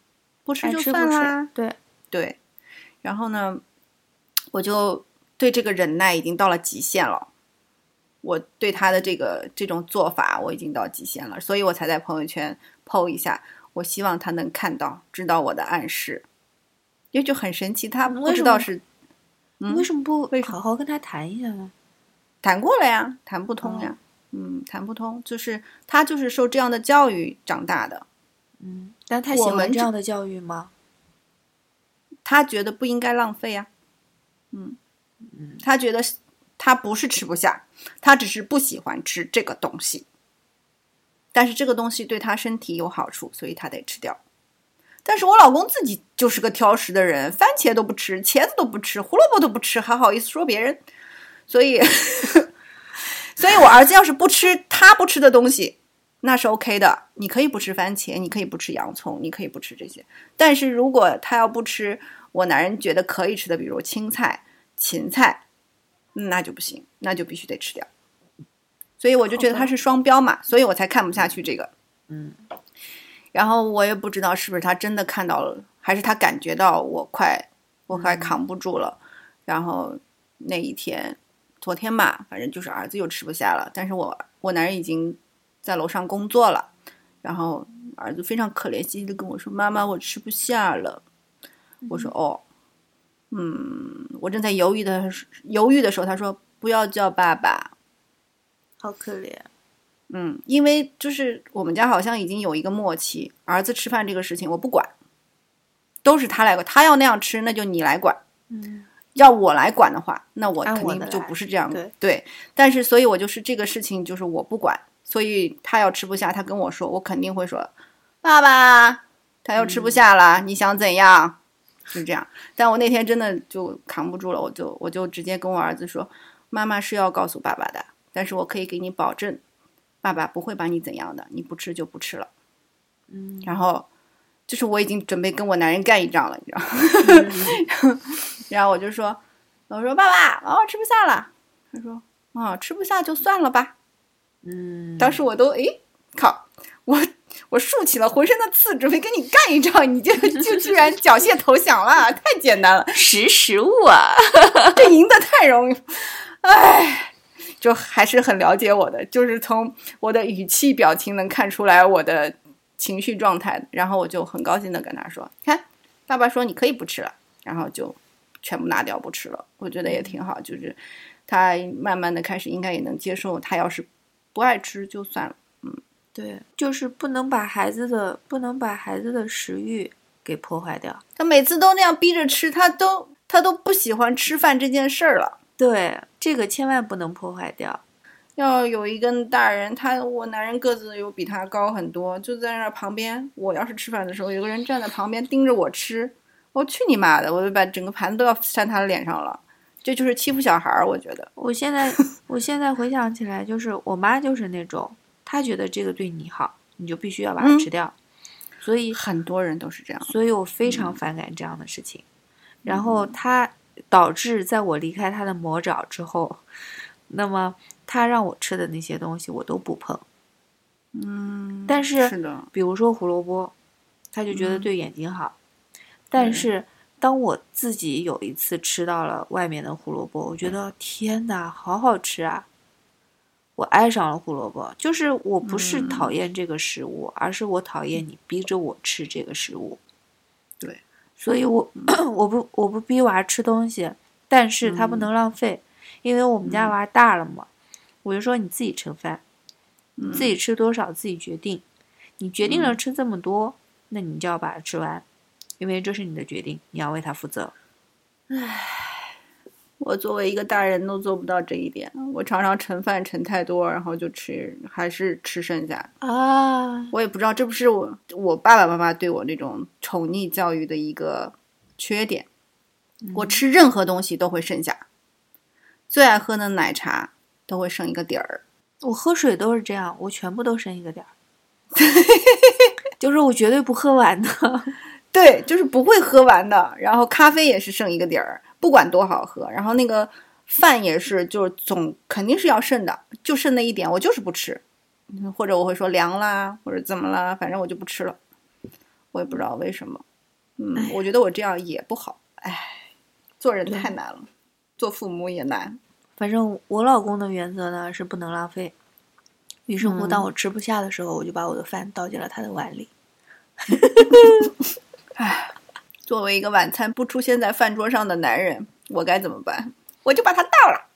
不吃就爱吃不吃算啦。 对， 对，然后呢，我就对这个忍耐已经到了极限了。我对他的这个这种做法我已经到极限了，所以我才在朋友圈 po 一下，我希望他能看到，知道我的暗示。因为就很神奇，他不知道是， 你为什么不为什么好好跟他谈一下呢？ 谈过了呀，谈不通呀，嗯，谈不通，就是他就是受这样的教育长大的， 嗯，但他喜我们这欢这样的教育吗？ 他觉得不应该浪费呀，嗯嗯， 他觉得他不是吃不下，他只是不喜欢吃这个东西，但是这个东西对他身体有好处，所以他得吃掉。但是我老公自己就是个挑食的人，番茄都不吃，茄子都不吃，胡萝卜都不吃，还好意思说别人。所以所以我儿子要是不吃他不吃的东西，那是 OK 的，你可以不吃番茄，你可以不吃洋葱，你可以不吃这些。但是如果他要不吃我男人觉得可以吃的，比如青菜、芹菜，那就不行，那就必须得吃掉。所以我就觉得他是双标嘛，所以我才看不下去这个。 嗯， 然后我也不知道是不是他真的看到了，还是他感觉到我快我快扛不住了。然后那一天昨天吧，反正就是儿子又吃不下了，但是我我男人已经在楼上工作了，然后儿子非常可怜兮兮的跟我说，妈妈我吃不下了。我说哦，嗯，我正在犹豫的犹豫的时候，他说不要叫爸爸。 好可怜。 嗯，因为就是我们家好像已经有一个默契，儿子吃饭这个事情我不管，都是他来管，他要那样吃那就你来管。 嗯， 要我来管的话，那我按肯定就我的来不是这样。 对对，但是所以我就是这个事情就是我不管，所以他要吃不下，他跟我说，我肯定会说，爸爸，他要吃不下了， 嗯你想怎样？是这样。但我那天真的就扛不住了，我就我就直接跟我儿子说，妈妈是要告诉爸爸的，但是我可以给你保证，爸爸不会把你怎样的，你不吃就不吃了。 嗯， 然后就是我已经准备跟我男人干一仗了，你知道吗？ 嗯然后我就说，我说爸爸，哦，吃不下了。他说，哦，吃不下就算了吧。 嗯， 当时我都诶，靠，我我竖起了浑身的刺，准备跟你干一仗，你就就居然缴械投降了，太简单了， 识时务啊。 这赢得太容易，哎。就还是很了解我的，就是从我的语气表情能看出来我的情绪状态。然后我就很高兴的跟他说，看爸爸说你可以不吃了，然后就全部拿掉不吃了。我觉得也挺好，就是他慢慢的开始应该也能接受，他要是不爱吃就算了。嗯， 对，就是不能把孩子的不能把孩子的食欲给破坏掉。 他每次都那样逼着吃，他都他都不喜欢吃饭这件事儿了。 对，这个千万不能破坏掉。 要有一个大人，他我男人个子又比他高很多，就在那旁边。我要是吃饭的时候，有个人站在旁边盯着我吃，我去你妈的！我就把整个盘子都要扇他的脸上了。这就是欺负小孩儿，我觉得。 我现在我现在回想起来，就是我妈就是那种，她觉得这个对你好，你就必须要把它吃掉。嗯、所以很多人都是这样。 所以我非常反感这样的事情。嗯、然后她导致在我离开她的魔爪之后，那么她让我吃的那些东西我都不碰。 嗯， 但是是的， 比如说胡萝卜，她就觉得对眼睛好。嗯、但是当我自己有一次吃到了外面的胡萝卜，我觉得天哪，好好吃啊！我爱上了胡萝卜，就是我不是讨厌这个食物，嗯、而是我讨厌你逼着我吃这个食物。 对， 所以我我不我不逼娃吃东西，但是他不能浪费，嗯、因为我们家娃大了嘛，我就说你自己盛饭， 嗯、 自己吃多少自己决定，你决定了吃这么多，嗯、那你就要把它吃完。因为这是你的决定，你要为他负责。 唉，我作为一个大人都做不到这一点。我常常盛饭盛太多，然后就吃，还是吃剩下啊。 我也不知道这不是我我爸爸妈妈对我那种宠溺教育的一个缺点。嗯、我吃任何东西都会剩下，最爱喝的奶茶都会剩一个底儿。 我喝水都是这样，我全部都剩一个底儿，就是我绝对不喝完的。 对，就是不会喝完的。然后咖啡也是剩一个底儿，不管多好喝。然后那个饭也是，就总肯定是要剩的，就剩那一点，我就是不吃。或者我会说凉啦，或者怎么啦，反正我就不吃了。我也不知道为什么。 嗯，我觉得我这样也不好，哎，做人太难了，做父母也难。 反正我老公的原则呢是不能浪费，于是乎， 嗯当我吃不下的时候，我就把我的饭倒进了他的碗里。 唉，作为一个晚餐不出现在饭桌上的男人，我该怎么办？我就把它倒了。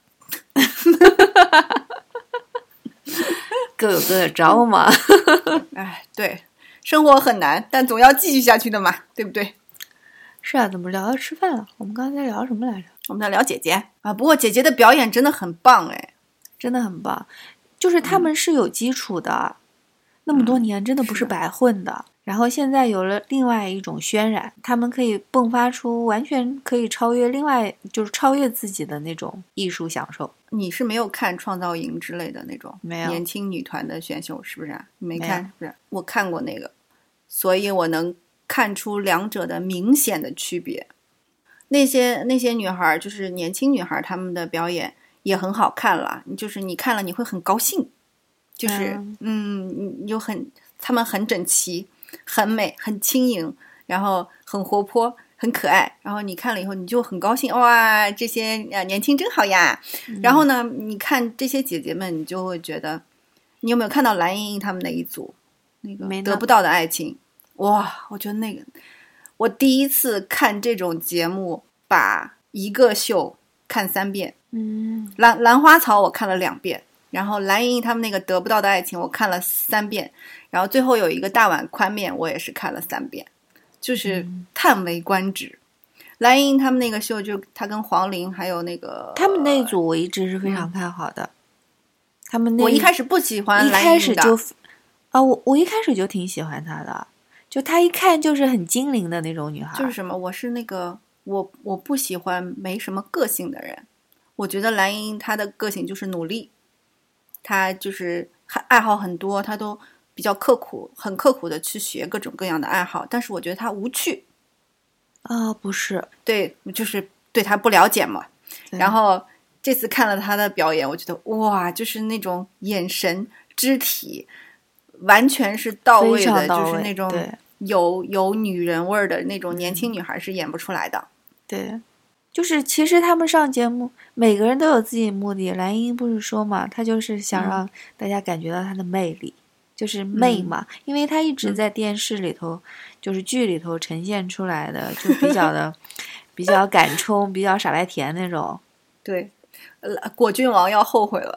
各有各的招嘛。 哎，对，生活很难，但总要继续下去的嘛，对不对？ 是啊，怎么聊到吃饭了？我们刚才在聊什么来着？ 我们在聊姐姐啊，不过姐姐的表演真的很棒哎， 真的很棒，就是他们是有基础的，嗯、那么多年真的不是白混的。然后现在有了另外一种渲染，他们可以迸发出完全可以超越另外，就是超越自己的那种艺术享受。 你是没有看创造营之类的那种没有年轻女团的选秀是不是、啊？你没看是不是？我看过那个，所以我能看出两者的明显的区别。那些那些女孩，就是年轻女孩，她们的表演也很好看了，就是你看了你会很高兴，就是嗯, 嗯，你就很她们很整齐。很美，很轻盈，然后很活泼，很可爱。然后你看了以后，你就很高兴，哇，这些呃年轻真好呀。嗯、然后呢，你看这些姐姐们，你就会觉得，你有没有看到蓝盈莹他们那一组那个得不到的爱情？哇，我觉得那个，我第一次看这种节目，把一个秀看三遍。 嗯， 兰兰花草我看了两遍。然后蓝盈莹他们那个得不到的爱情我看了三遍，然后最后有一个大碗宽面我也是看了三遍，就是叹为观止。嗯、蓝盈莹他们那个秀，就他跟黄龄还有那个他们那一组我一直是非常看好的。嗯、他们那我一开始不喜欢蓝盈莹的， 一开始就啊，我我一开始就挺喜欢她的，就她一看就是很精灵的那种女孩。 就是什么，我是那个我我不喜欢没什么个性的人，我觉得蓝盈莹她的个性就是努力。他就是爱好很多，他都比较刻苦，很刻苦的去学各种各样的爱好，但是我觉得他无趣啊、哦，不是， 对，就是对他不了解嘛。然后这次看了他的表演，我觉得哇，就是那种眼神、肢体完全是到位的， 位就是那种有有女人味儿的那种年轻女孩是演不出来的。 嗯、对。就是其实他们上节目每个人都有自己的目的，蓝盈莹不是说嘛，她就是想让大家感觉到她的魅力、嗯、就是媚嘛、嗯、因为她一直在电视里头、嗯、就是剧里头呈现出来的就比较的比较敢冲比较傻白甜那种。 对，果郡王要后悔了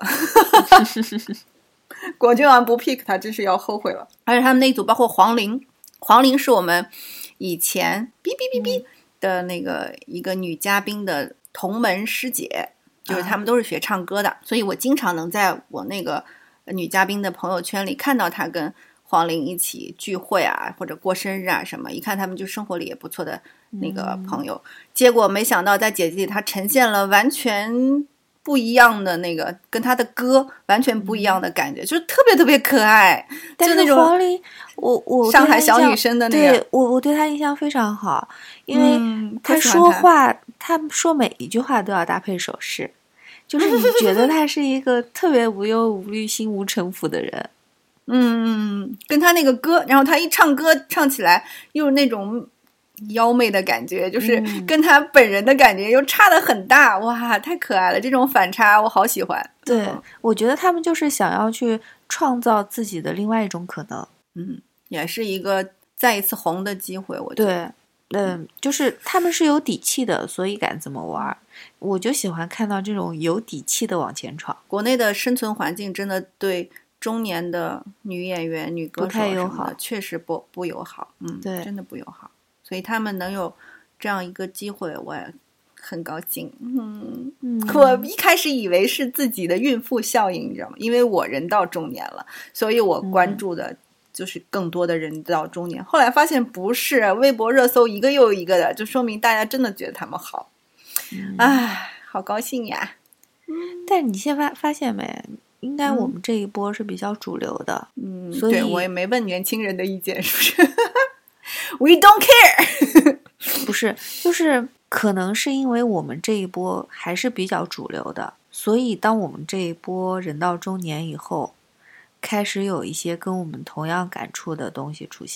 果郡王不 pick 他真是要后悔了。而且他们那一组包括黄龄，黄龄是我们以前哔哔哔哔、嗯的那个一个女嘉宾的同门师姐，就是他们都是学唱歌的、啊、所以我经常能在我那个女嘉宾的朋友圈里看到她跟黄龄一起聚会啊，或者过生日啊什么，一看他们就生活里也不错的那个朋友、嗯、结果没想到在姐姐里她呈现了完全不一样的那个，跟她的歌完全不一样的感觉、嗯、就是特别特别可爱。 但是黄龄我我上海小女生的那个， 对我我对她印象非常好，因为她说话、嗯、她说每一句话都要搭配手势，就是你觉得她是一个特别无忧无虑心无城府的人。 嗯，跟她那个歌，然后她一唱歌唱起来又是那种妖媚的感觉，就是跟她本人的感觉又差得很大、嗯、哇太可爱了，这种反差我好喜欢。 对、嗯、我觉得他们就是想要去创造自己的另外一种可能。 嗯，也是一个再一次红的机会，我觉得。 对，嗯，就是他们是有底气的，所以敢这么玩。我就喜欢看到这种有底气的往前闯。 国内的生存环境真的对中年的女演员、女歌手不太友好， 确实不不友好。嗯， 对， 真的不友好。所以他们能有这样一个机会，我也很高兴。嗯，嗯我一开始以为是自己的孕妇效应，你知道吗？因为我人到中年了，所以我关注的、嗯。就是更多的人到中年，后来发现不是，微博热搜一个又一个的，就说明大家真的觉得他们好。哎、嗯，好高兴呀！ 但是你现在发发现没？应该我们这一波是比较主流的， 嗯， 所以对我也没问年轻人的意见，是不是？We don't care 。 不是，就是可能是因为我们这一波还是比较主流的，所以当我们这一波人到中年以后。开始有一些跟我们同样感触的东西出现，比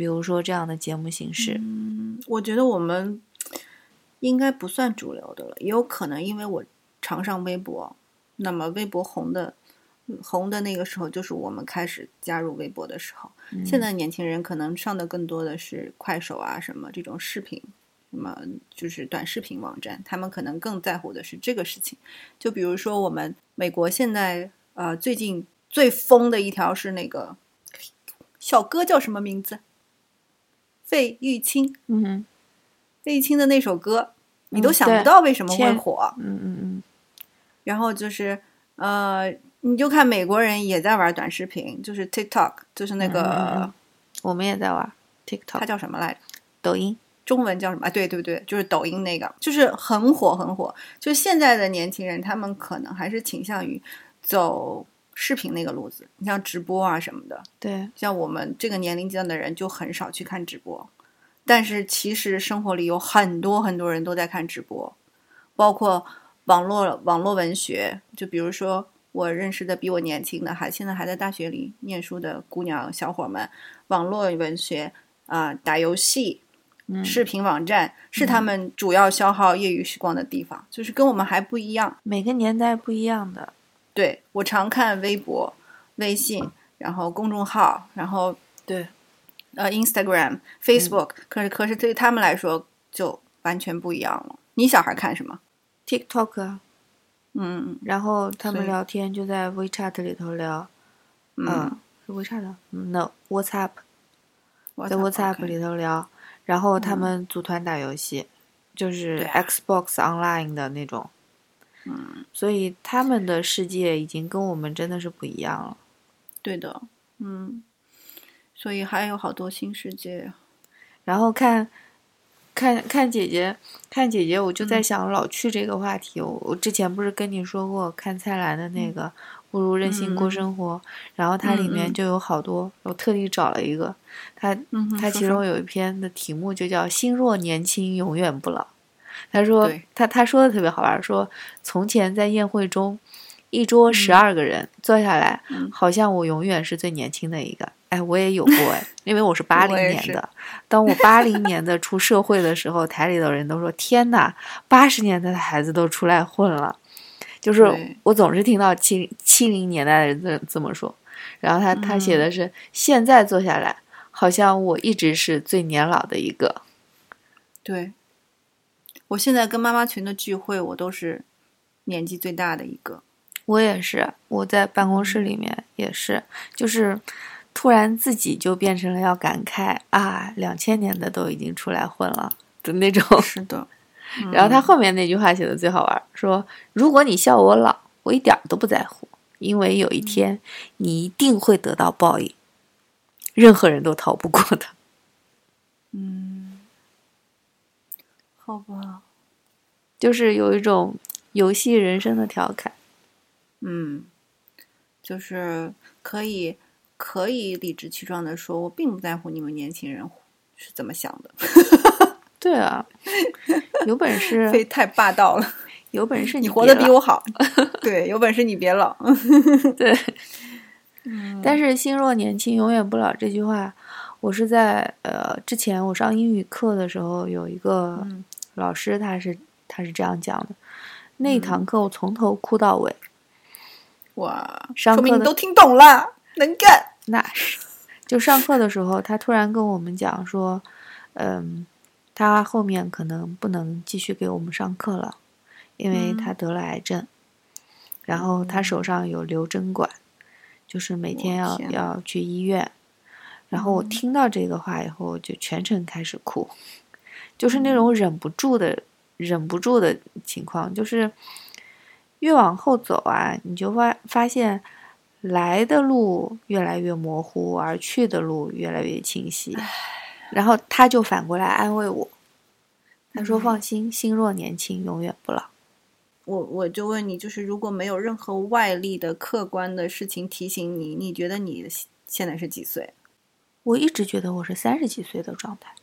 比如说这样的节目形式？ 嗯，我觉得我们应该不算主流的了，也有可能因为我常上微博，那么微博红的红的那个时候就是我们开始加入微博的时候。 嗯、 现在年轻人可能上的更多的是快手啊什么这种视频，那么就是短视频网站，他们可能更在乎的是这个事情。就比如说我们美国现在呃最近最疯的一条是那个小哥叫什么名字？费玉清。 嗯哼， 费玉清的那首歌，你都想嗯、 不到为什么会火。 嗯嗯嗯。 然后就是呃，你就看美国人也在玩短视频，就是 TikTok， 就是那个、 嗯嗯嗯、我们也在玩 TikTok， 它叫什么来着？ 抖音。 中文叫什么？啊，对对对，就是抖音那个，就是很火很火。就现在的年轻人，他们可能还是倾向于走视频那个路子，你像直播啊什么的。 对， 像我们这个年龄阶段的人就很少去看直播，但是其实生活里有很多很多人都在看直播，包括网络网络文学。就比如说我认识的比我年轻的，还现在还在大学里念书的姑娘小伙们，网络文学啊、呃，打游戏。视频网站是他们主要消耗业余时光的地方、嗯、就是跟我们还不一样， 每个年代不一样的。 对，我常看微博、微信，然后公众号，然后对， 呃 Instagram、Facebook、嗯、可是可是对他们来说就完全不一样了。你小孩看什么 ？TikTok。 嗯， 然后他们聊天就在 WeChat 里头聊。 嗯， 呃、是 WeChat No WhatsApp， 在 WhatsApp、 okay. 里头聊。然后他们组团打游戏、嗯、就是 Xbox Online 的那种。 嗯， 所以他们的世界已经跟我们真的是不一样了。 对的，嗯，所以还有好多新世界。 然后看看看姐姐看姐姐我就在想老去这个话题、嗯、我, 我之前不是跟你说过看蔡澜的那个、嗯、不如任性过生活、嗯、然后它里面就有好多、嗯、我特地找了一个它、嗯、它其中有一篇的题目就叫心若年轻永远不老。他说他他说的特别好玩，说从前在宴会中一桌十二个人、嗯、坐下来、嗯、好像我永远是最年轻的一个。哎，我也有过哎，因为我是八零年的。当我八零年的出社会的时候，台里的人都说：“天哪，八十年代的孩子都出来混了。”就是我总是听到七七零年代的人这这么说。然后他他写的是、嗯、现在坐下来，好像我一直是最年老的一个。 对，我现在跟妈妈群的聚会，我都是年纪最大的一个。 我也是，我在办公室里面也是，就是突然自己就变成了要感慨啊，两千年的都已经出来混了的那种。 是的、 嗯。然后他后面那句话写的最好玩，说如果你笑我老，我一点都不在乎，因为有一天你一定会得到报应，任何人都逃不过的。 嗯，好吧， 就是有一种游戏人生的调侃。 嗯，就是可以可以理直气壮的说，我并不在乎你们年轻人是怎么想的。 对啊，有本事非太霸道了， 有本事你活得比我好。对，有本事你别老。 对、嗯，但是心若年轻永远不老这句话，我是在呃之前我上英语课的时候，有一个老师他是他是这样讲的，那一堂课我从头哭到尾。 哇， 上课说明你都听懂了，能干。 那是，就上课的时候，他突然跟我们讲说，嗯，他后面可能不能继续给我们上课了，因为他得了癌症，嗯、然后他手上有留针管，就是每天要要去医院。然后我听到这个话以后，就全程开始哭，就是那种忍不住的、忍不住的情况，就是。越往后走啊，你就发发现来的路越来越模糊，而去的路越来越清晰。然后他就反过来安慰我，他说：“放心，嗯、心若年轻，永远不老。” 我我就问你，就是如果没有任何外力的客观的事情提醒你，你觉得你现在是几岁？ 我一直觉得我是三十几岁的状态。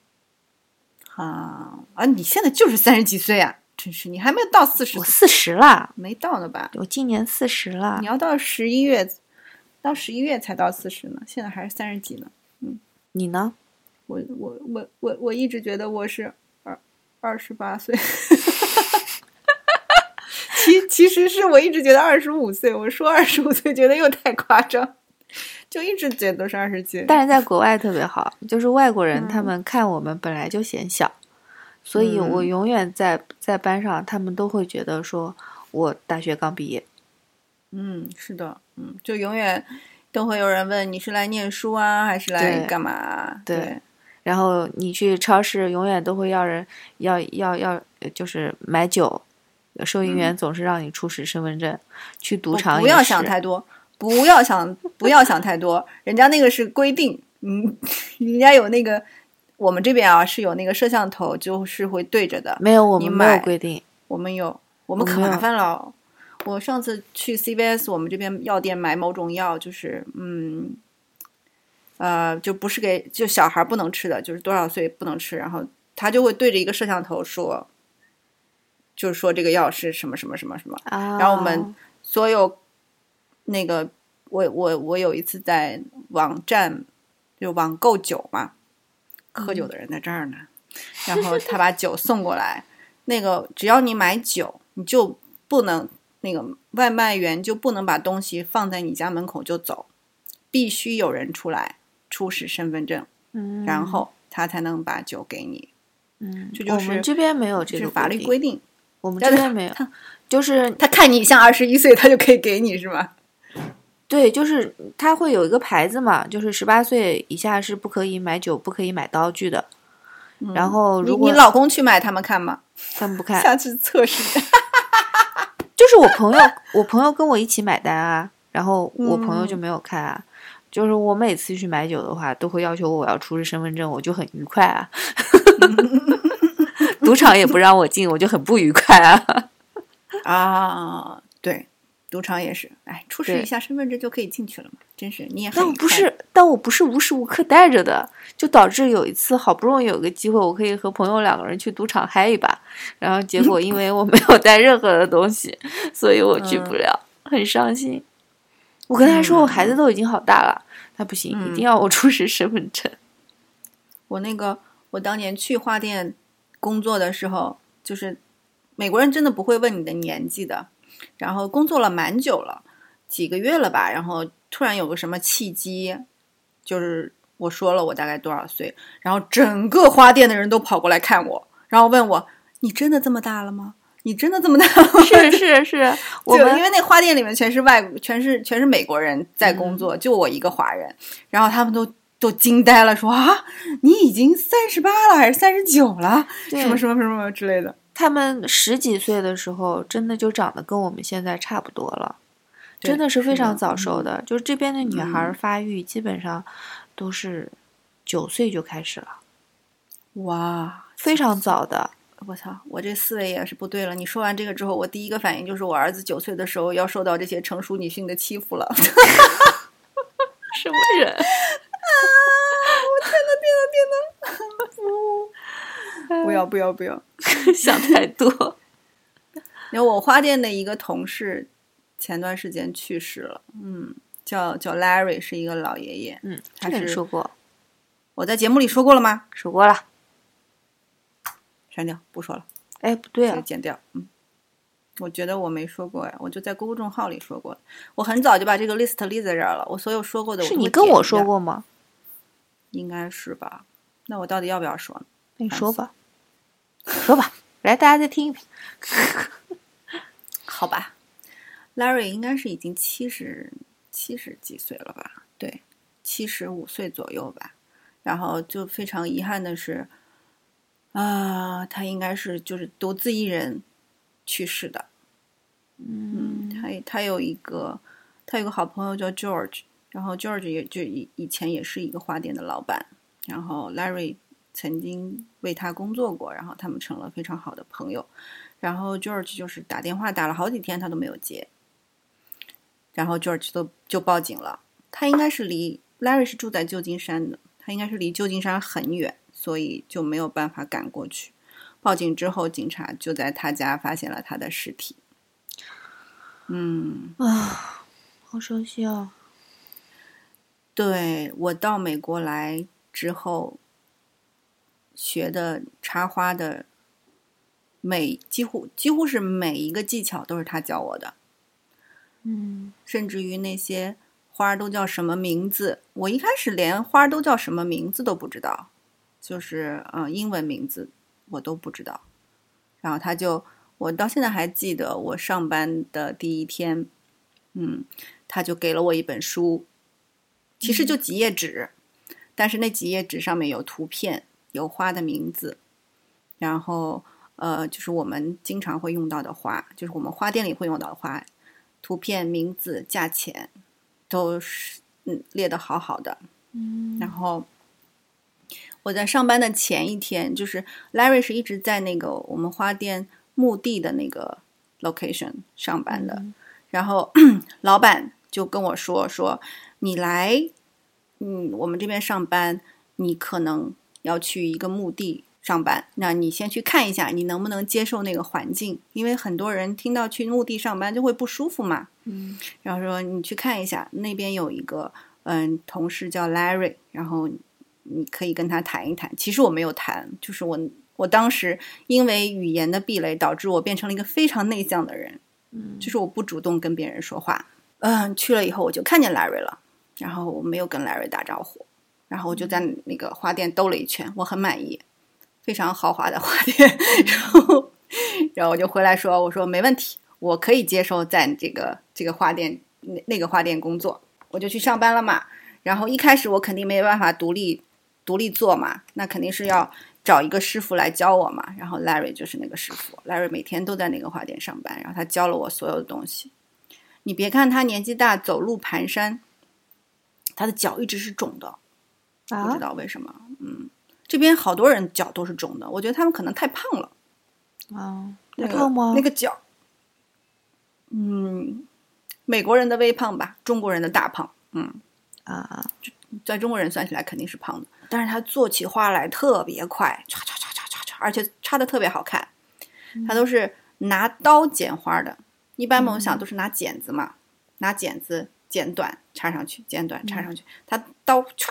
啊啊！你现在就是三十几岁啊！真是，你还没有到四十， 我四十了， 没到呢吧？ 我今年四十了。 你要到十一月，到十一月才到四十呢，现在还是三十几呢。嗯， 你呢？ 我我我我我一直觉得我是二二十八岁，其其实是我一直觉得二十五岁。我说二十五岁，觉得又太夸张，就一直觉得都是二十七。 但是在国外特别好，就是外国人嗯他们看我们本来就显小，所以我永远在在班上，他们都会觉得说我大学刚毕业。 嗯，是的，嗯，就永远都会有人问你是来念书啊，还是来对干嘛啊？ 对对， 然后你去超市，永远都会要人要要要，呃就是买酒，收银员总是让你出示身份证。去赌不场不要也是想太多，不要想不要想太多，人家那个是规定，嗯，人家有那个，我们这边啊是有那个摄像头，就是会对着的。 没有，我你们没有买规定。 我们有，我们可我没有麻烦了。我上次去 C V S，我们这边药店买某种药，就是嗯，呃，就不是给就小孩不能吃的，就是多少岁不能吃，然后他就会对着一个摄像头说，就是说这个药是什么什么什么什么， 啊， 然后我们所有那个我我我有一次在网站就网购酒嘛，喝酒的人在这儿呢，然后他把酒送过来，那个只要你买酒，你就不能那个外卖员就不能把东西放在你家门口就走，必须有人出来出示身份证， 嗯， 然后他才能把酒给你。 嗯， 这就是我们这边没有这个是法律定规定。 我们这边没有，就是他看你像二十一岁，他就可以给你是吗？ 对，就是他会有一个牌子嘛，就是十八岁以下是不可以买酒，不可以买刀具的。 嗯、 然后如果你你老公去买，他们看吗？ 他们不看， 下次测试。 就是我朋友，我朋友跟我一起买单啊，然后我朋友就没有看啊。嗯、就是我每次去买酒的话，都会要求我要出示身份证，我就很愉快啊。赌场也不让我进，我就很不愉快啊。 啊，对，赌场也是，哎，出示一下身份证就可以进去了嘛，真是你也很。 但我不是，但我不是无时无刻带着的，就导致有一次好不容易有个机会，我可以和朋友两个人去赌场嗨一把，然后结果因为我没有带任何的东西，所以我去不了，嗯、很伤心。我跟他说，我孩子都已经好大了，他不行， 嗯、 一定要我出示身份证。 我那个，我当年去花店工作的时候，就是美国人真的不会问你的年纪的。然后工作了蛮久了，几个月了吧，然后突然有个什么契机，就是我说了我大概多少岁，然后整个花店的人都跑过来看我，然后问我，你真的这么大了吗？你真的这么大了吗？ 是是是，我们因为那花店里面全是外全是全是美国人在工作，嗯、就我一个华人，然后他们都都惊呆了，说啊，你已经三十八了还是三十九了？什么什么什么之类的。 他们十几岁的时候，真的就长得跟我们现在差不多了，真的是非常早熟的。 嗯、 就是这边的女孩发育基本上都是九岁就开始了， 哇， 非常早的。 我操，我这思维也是不对了。你说完这个之后，我第一个反应就是我儿子九岁的时候要受到这些成熟女性的欺负了。 什么人啊！ 我天哪，天哪，天哪！不要不要不要想太多。 因为我花店的一个同事前段时间去世了，嗯，叫叫 Larry， 是一个老爷爷， 嗯， 他是说过， 我在节目里说过了吗？ 说过了， 删掉，不说了。 哎，不对啊， 剪掉。嗯，我觉得我没说过呀，我就在公众号里说过。我很早就把这个 list 立在这儿了，我所有说过的我都是你跟我说过吗？ 应该是吧？那我到底要不要说呢？ 那你说吧，说吧，来，大家再听一听。 好吧 ，Larry 应该是已经七十七十几岁了吧？对，七十五岁左右吧。然后就非常遗憾的是，啊、呃，他应该是就是独自一人去世的。嗯，他他有一个他有个好朋友叫 George， 然后 George 也就以以前也是一个花店的老板，然后 Larry 曾经为他工作过，然后他们成了非常好的朋友。然后 George 就是打电话打了好几天他都没有接，然后 George 都就报警了。他应该是离 Larry 是住在旧金山的，他应该是离旧金山很远，所以就没有办法赶过去。报警之后，警察就在他家发现了他的尸体。嗯啊，好伤心啊！ 对，我到美国来之后， 学的插花的每几乎几乎是每一个技巧都是他教我的。 嗯， 甚至于那些花都叫什么名字，我一开始连花都叫什么名字都不知道，就是嗯、呃、英文名字我都不知道。然后他就，我到现在还记得我上班的第一天，嗯，他就给了我一本书，其实就几页纸，嗯、但是那几页纸上面有图片，有花的名字，然后呃，就是我们经常会用到的花，就是我们花店里会用到的花。图片、名字、价钱都是嗯列得好好的， 嗯， 然后我在上班的前一天，就是 Larry 是一直在那个我们花店墓地的那个 location 上班的， 嗯、 然后老板就跟我说说你来，嗯，我们这边上班，你可能要去一个墓地上班，那你先去看一下你能不能接受那个环境，因为很多人听到去墓地上班就会不舒服嘛。 嗯， 然后说你去看一下，那边有一个嗯同事叫 Larry， 然后你可以跟他谈一谈。其实我没有谈，就是我我当时因为语言的壁垒导致我变成了一个非常内向的人， 嗯， 就是我不主动跟别人说话。嗯，去了以后我就看见 Larry 了，然后我没有跟 Larry 打招呼，然后我就在那个花店兜了一圈，我很满意。非常豪华的花店，然后，然后我就回来说，我说没问题，我可以接受在这个这个花店那那个花店工作，我就去上班了嘛。然后一开始我肯定没办法独立独立做嘛，那肯定是要找一个师傅来教我嘛。然后 Larry 就是那个师傅 ，Larry 每天都在那个花店上班，然后他教了我所有的东西。你别看他年纪大，走路蹒跚，他的脚一直是肿的， 啊、 不知道为什么，嗯。这边好多人脚都是肿的，我觉得他们可能太胖了。 啊， 太胖吗？ 那个脚，嗯，美国人的微胖吧，中国人的大胖，嗯啊， 在中国人算起来肯定是胖的，但是他做起花来特别快，唰唰唰唰唰唰，而且插的特别好看。他都是拿刀剪花的，一般我们想都是拿剪子嘛，嗯、拿剪子剪短插上去，剪短插上去，他刀唰。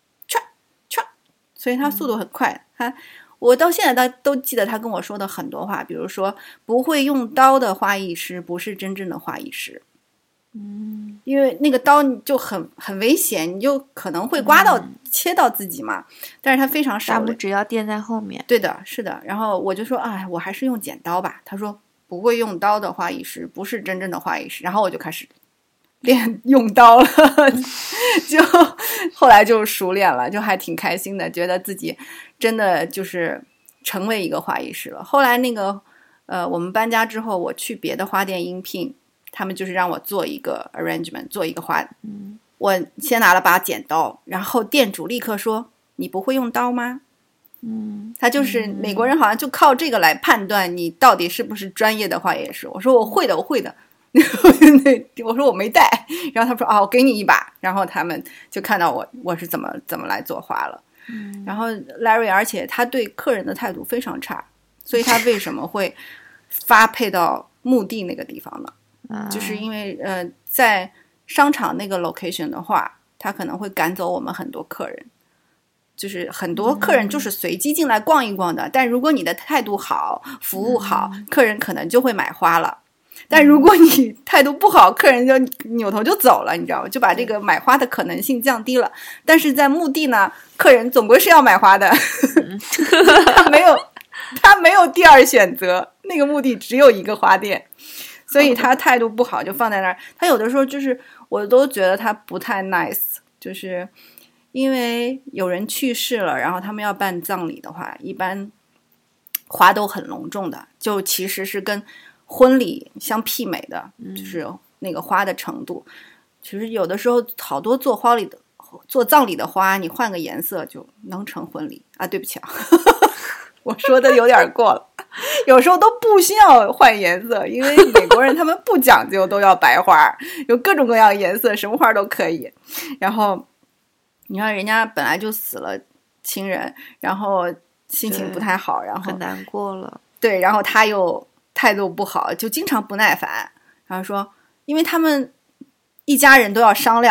所以他速度很快，他我到现在都都记得他跟我说的很多话，比如说不会用刀的花艺师不是真正的花艺师， 嗯， 因为那个刀就很很危险，你就可能会刮到、嗯、切到自己嘛。但是他非常少， 大拇指要垫在后面。 对的，是的。然后我就说，哎，我还是用剪刀吧。他说不会用刀的花艺师不是真正的花艺师。然后我就开始练用刀了，就后来就熟练了，就还挺开心的，觉得自己真的就是成为一个花艺师了。后来那个呃，我们搬家之后，我去别的花店应聘，他们就是让我做一个 arrangement， 做一个花。 嗯， 我先拿了把剪刀，然后店主立刻说：“你不会用刀吗？” 嗯， 他就是美国人，好像就靠这个来判断你到底是不是专业的花艺师。我说我会的，我会的。我说我没带，然后他说啊，我给你一把，然后他们就看到我我是怎么怎么来做花了。 嗯， 然后 Larry 而且他对客人的态度非常差，所以他为什么会发配到墓地那个地方呢？ 啊、 就是因为呃在商场那个 location 的话，他可能会赶走我们很多客人。就是很多客人就是随机进来逛一逛的，嗯、但如果你的态度好，服务好，嗯、客人可能就会买花了。但如果你态度不好，客人就扭头就走了，你知道吗？就把这个买花的可能性降低了。但是在墓地呢，客人总归是要买花的，他没有他没有第二选择，那个墓地只有一个花店，所以他态度不好就放在那儿。他有的时候就是我都觉得他不太 nice， 就是因为有人去世了，然后他们要办葬礼的话，一般花都很隆重的，就其实是跟婚礼相媲美的，就是那个花的程度。其实有的时候好多做花礼的、做葬礼的花，你换个颜色就能成婚礼啊！对不起啊，我说的有点过了。有时候都不需要换颜色，因为美国人他们不讲究都要白花，有各种各样的颜色，什么花都可以。然后你看人家本来就死了亲人，然后心情不太好，然后很难过了。 对，然后他又态度不好，就经常不耐烦，然后说因为他们一家人都要商量，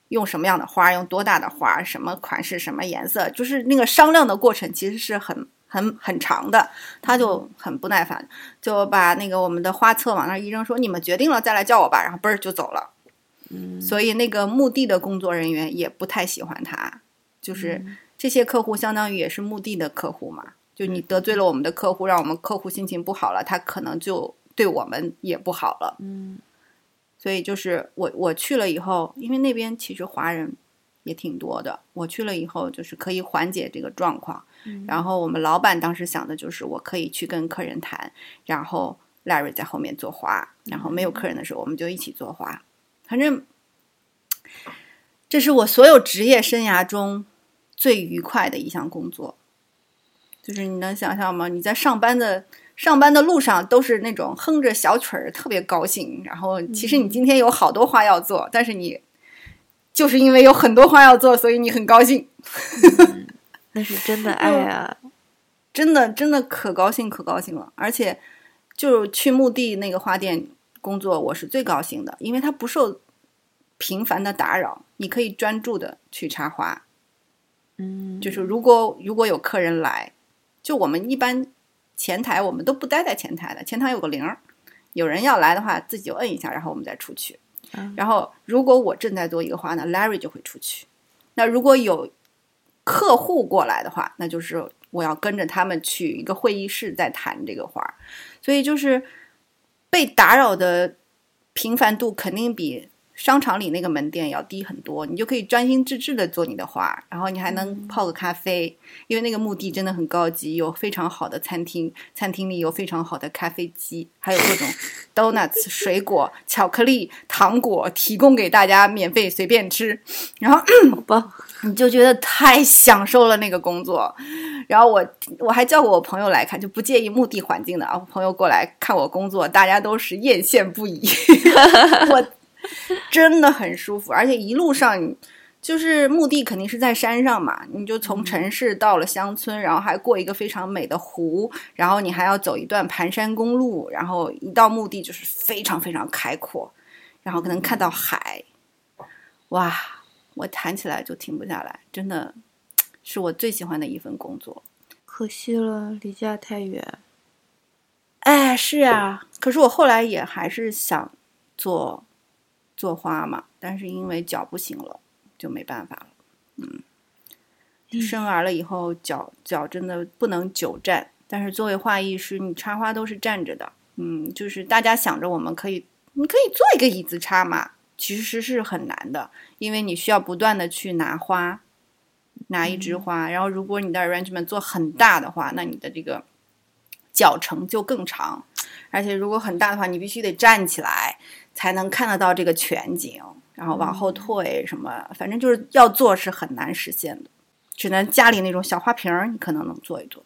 用什么样的花，用多大的花，什么款式，什么颜色，就是那个商量的过程其实是很很很长的。他就很不耐烦，就把那个我们的花册往那一扔，说你们决定了再来叫我吧，然后嘣儿就走了。 嗯， 所以那个墓地的工作人员也不太喜欢他，就是这些客户相当于也是墓地的客户嘛，就你得罪了我们的客户，让我们客户心情不好了，他可能就对我们也不好了。 嗯， 所以就是我我去了以后，因为那边其实华人也挺多的，我去了以后就是可以缓解这个状况。 嗯， 然后我们老板当时想的就是我可以去跟客人谈，然后 Larry 在后面做花，然后没有客人的时候我们就一起做花。反正这是我所有职业生涯中最愉快的一项工作。就是你能想象吗？你在上班的上班的路上都是那种哼着小曲儿，特别高兴。然后其实你今天有好多花要做，嗯、但是你就是因为有很多花要做，所以你很高兴。 嗯、那是真的爱啊！ 真的真的可高兴可高兴了。而且就去墓地那个花店工作，我是最高兴的，因为它不受频繁的打扰，你可以专注的去插花。 嗯， 就是如果如果有客人来，就我们一般前台我们都不待在前台的，前台有个铃儿，有人要来的话自己就摁一下，然后我们再出去。 嗯、 然后如果我正在做一个花呢 Larry 就会出去。那如果有客户过来的话，那就是我要跟着他们去一个会议室再谈这个花。所以就是被打扰的频繁度肯定比商场里那个门店要低很多，你就可以专心致志的做你的花，然后你还能泡个咖啡，因为那个墓地真的很高级，有非常好的餐厅，餐厅里有非常好的咖啡机，还有各种 donuts 水果、巧克力、糖果提供给大家免费随便吃，然后好棒， 你就觉得太享受了那个工作。然后我我还叫过我朋友来看，就不介意墓地环境的啊，我朋友过来看我工作，大家都是艳羡不已。我真的很舒服，而且一路上就是墓地肯定是在山上嘛，你就从城市到了乡村，然后还过一个非常美的湖，然后你还要走一段盘山公路，然后一到墓地就是非常非常开阔，然后可能看到海，哇，我谈起来就停不下来，真的是我最喜欢的一份工作。 可惜了，离家太远。 哎，是啊，可是我后来也还是想做做花嘛，但是因为脚不行了，就没办法了。嗯，生儿了以后，脚脚真的不能久站。但是作为花艺师，你插花都是站着的。嗯，就是大家想着我们可以，你可以做一个椅子插嘛，其实是很难的，因为你需要不断的去拿花，拿一枝花，嗯、然后如果你的 arrangement 做很大的话，那你的这个脚程就更长，而且如果很大的话，你必须得站起来才能看得到这个全景，然后往后退什么，嗯、反正就是要做是很难实现的，只能家里那种小花瓶你可能能做一做。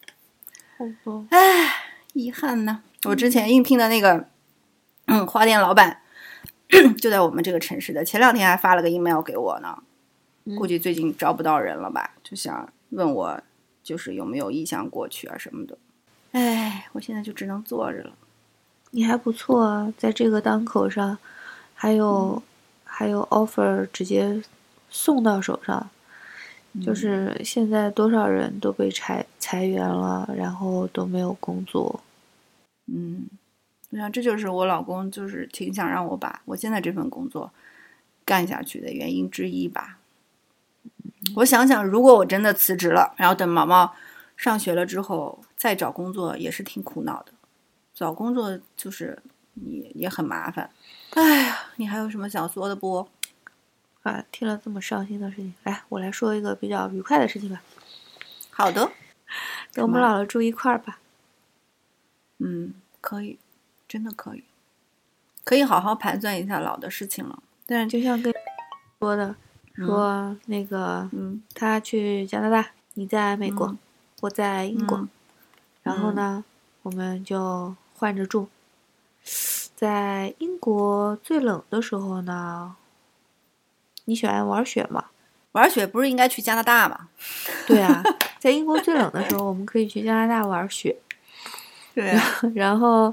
唉，遗憾呢。我之前应聘的那个嗯花店老板就在我们这个城市的，前两天还发了个 email 给我呢，估计最近招不到人了吧，就想问我就是有没有意向过去啊什么的。唉，我现在就只能坐着了。 你还不错啊，在这个档口上还有、嗯、还有 offer 直接送到手上、嗯、就是现在多少人都被裁裁员了，然后都没有工作。 嗯，我想这就是我老公就是挺想让我把我现在这份工作干下去的原因之一吧。我想想，如果我真的辞职了，然后等毛毛上学了之后再找工作，也是挺苦恼的。找工作就是也也很麻烦。哎呀，你还有什么想说的不？ 啊，听了这么伤心的事情，来，我来说一个比较愉快的事情吧。 好的， 等我们老了住一块儿吧。 嗯，可以，真的可以，可以好好盘算一下老的事情了。 但是就像跟说的。说那个， 嗯， 他去加拿大，你在美国， 嗯、 我在英国、 嗯， 然后呢、嗯，我们就换着住。在英国最冷的时候呢，你喜欢玩雪吗？ 玩雪不是应该去加拿大吗？ 对啊，在英国最冷的时候，我们可以去加拿大玩雪。 对、啊， 然后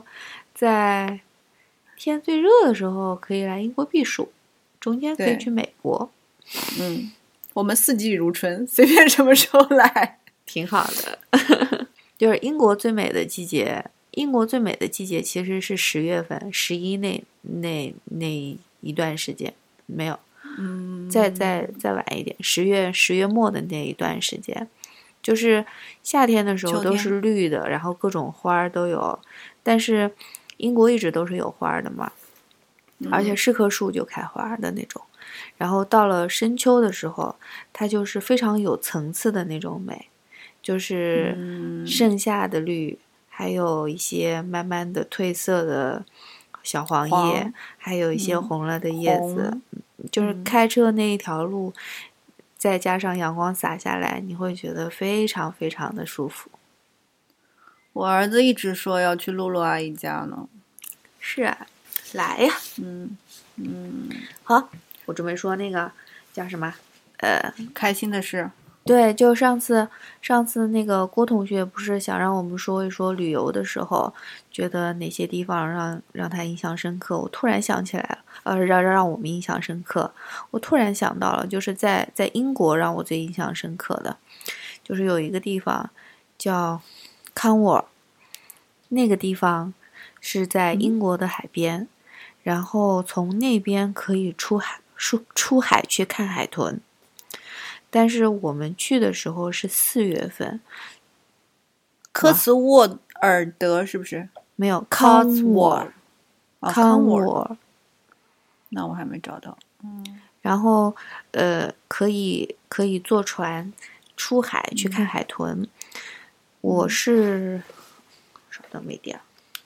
在天最热的时候，可以来英国避暑，中间可以去美国。 嗯，我们四季如春，随便什么时候来， 挺好的。就是英国最美的季节，英国最美的季节其实是十月份、十一那那那一段时间，没有， 嗯， 再再再晚一点，十月十月末的那一段时间，就是夏天的时候都是绿的，然后各种花都有，但是英国一直都是有花的嘛，而且是棵树就开花的那种。然后到了深秋的时候，它就是非常有层次的那种美，就是盛夏的绿，还有一些慢慢的褪色的小黄叶， 黄还有一些红了的叶子， 嗯、 就是开车那一条路，嗯、再加上阳光洒下来，你会觉得非常非常的舒服。 我儿子一直说要去露露阿姨家呢。 是啊，来呀， 嗯嗯， 好，我准备说那个叫什么，呃， 开心的事。 对，就上次上次那个郭同学不是想让我们说一说旅游的时候，觉得哪些地方让让他印象深刻？我突然想起来了，呃，让让我们印象深刻。我突然想到了，就是在在英国让我最印象深刻的，就是有一个地方叫康沃尔，那个地方是在英国的海边，嗯、然后从那边可以出海出出海去看海豚。但是我们去的时候是四月份， 科茨沃尔德是不是？ 没有，康沃尔，康沃尔， 那我还没找到。嗯， 然后呃，可以可以坐船出海去看海豚。嗯、我是，稍等，没点。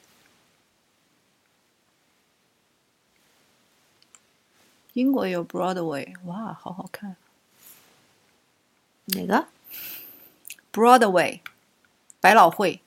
英国有 Broadway， 哇，好好看。 哪个 ？Broadway， 百老汇，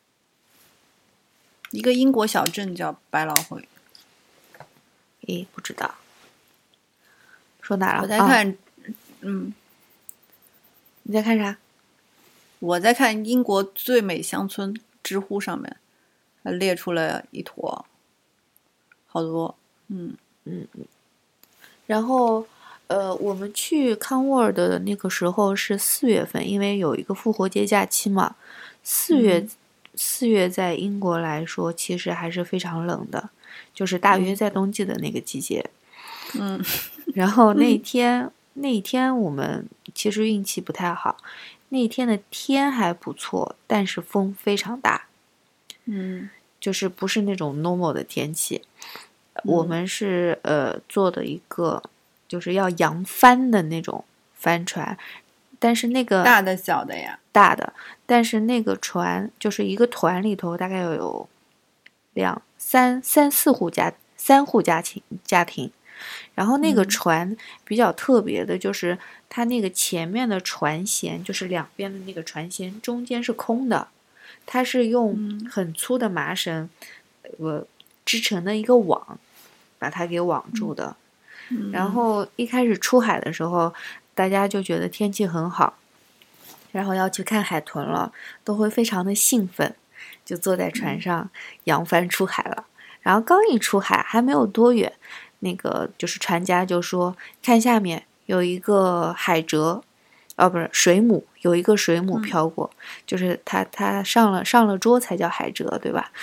一个英国小镇叫百老汇。 诶，不知道。说哪了？ 我在看， 啊、 嗯， 你在看啥？ 我在看英国最美乡村，知乎上面，它列出了一坨，好多，嗯嗯嗯，然后。呃，我们去康沃尔的那个时候是四月份，因为有一个复活节假期嘛。四月，嗯、四月在英国来说，其实还是非常冷的，就是大约在冬季的那个季节。 嗯， 然后那天，嗯、那天我们其实运气不太好，那天的天还不错，但是风非常大。 嗯， 就是不是那种 normal 的天气。嗯、我们是呃做的一个。就是要扬帆的那种帆船，但是那个大的小的呀， 大的，但是那个船就是一个团里头大概有两三三四户家三户家庭家庭，然后那个船比较特别的就是它那个前面的船舷，就是两边的那个船舷中间是空的，它是用很粗的麻绳呃织成的一个网把它给网住的。 嗯然后一开始出海的时候，大家就觉得天气很好，然后要去看海豚了，都会非常的兴奋，就坐在船上扬帆出海了。然后刚一出海，还没有多远，那个就是船家就说：“看下面有一个海蜇，哦，不是水母，有一个水母飘过，嗯、就是它它上了上了桌才叫海蜇，对吧？”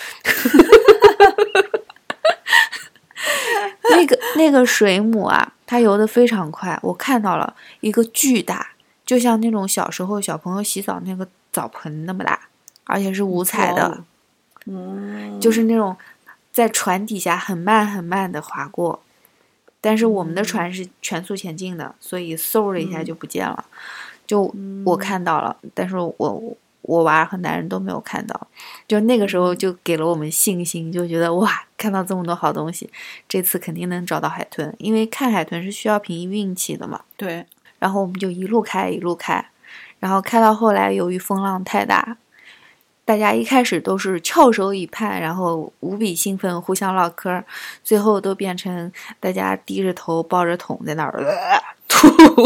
那个那个水母啊，它游得非常快，我看到了一个巨大，就像那种小时候小朋友洗澡那个澡盆那么大，而且是五彩的， 嗯， 就是那种在船底下很慢很慢的划过，但是我们的船是全速前进的，所以嗖了一下就不见了，就我看到了，但是我我娃和男人都没有看到，就那个时候就给了我们信心，就觉得哇，看到这么多好东西，这次肯定能找到海豚，因为看海豚是需要凭运气的嘛。 对， 然后我们就一路开一路开，然后开到后来，由于风浪太大，大家一开始都是翘首以盼，然后无比兴奋，互相唠嗑，最后都变成大家低着头抱着桶在那儿、呃、吐。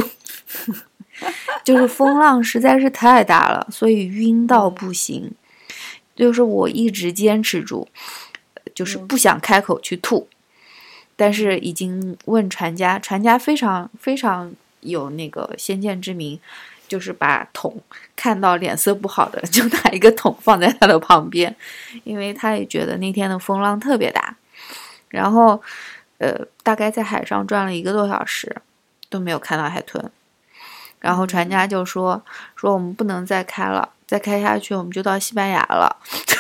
就是风浪实在是太大了，所以晕到不行。就是我一直坚持住，就是不想开口去吐，但是已经问船家，船家非常非常有那个先见之明，就是把桶看到脸色不好的就拿一个桶放在他的旁边，因为他也觉得那天的风浪特别大。然后呃，大概在海上转了一个多小时都没有看到海豚。然后船家就说说我们不能再开了，再开下去我们就到西班牙了。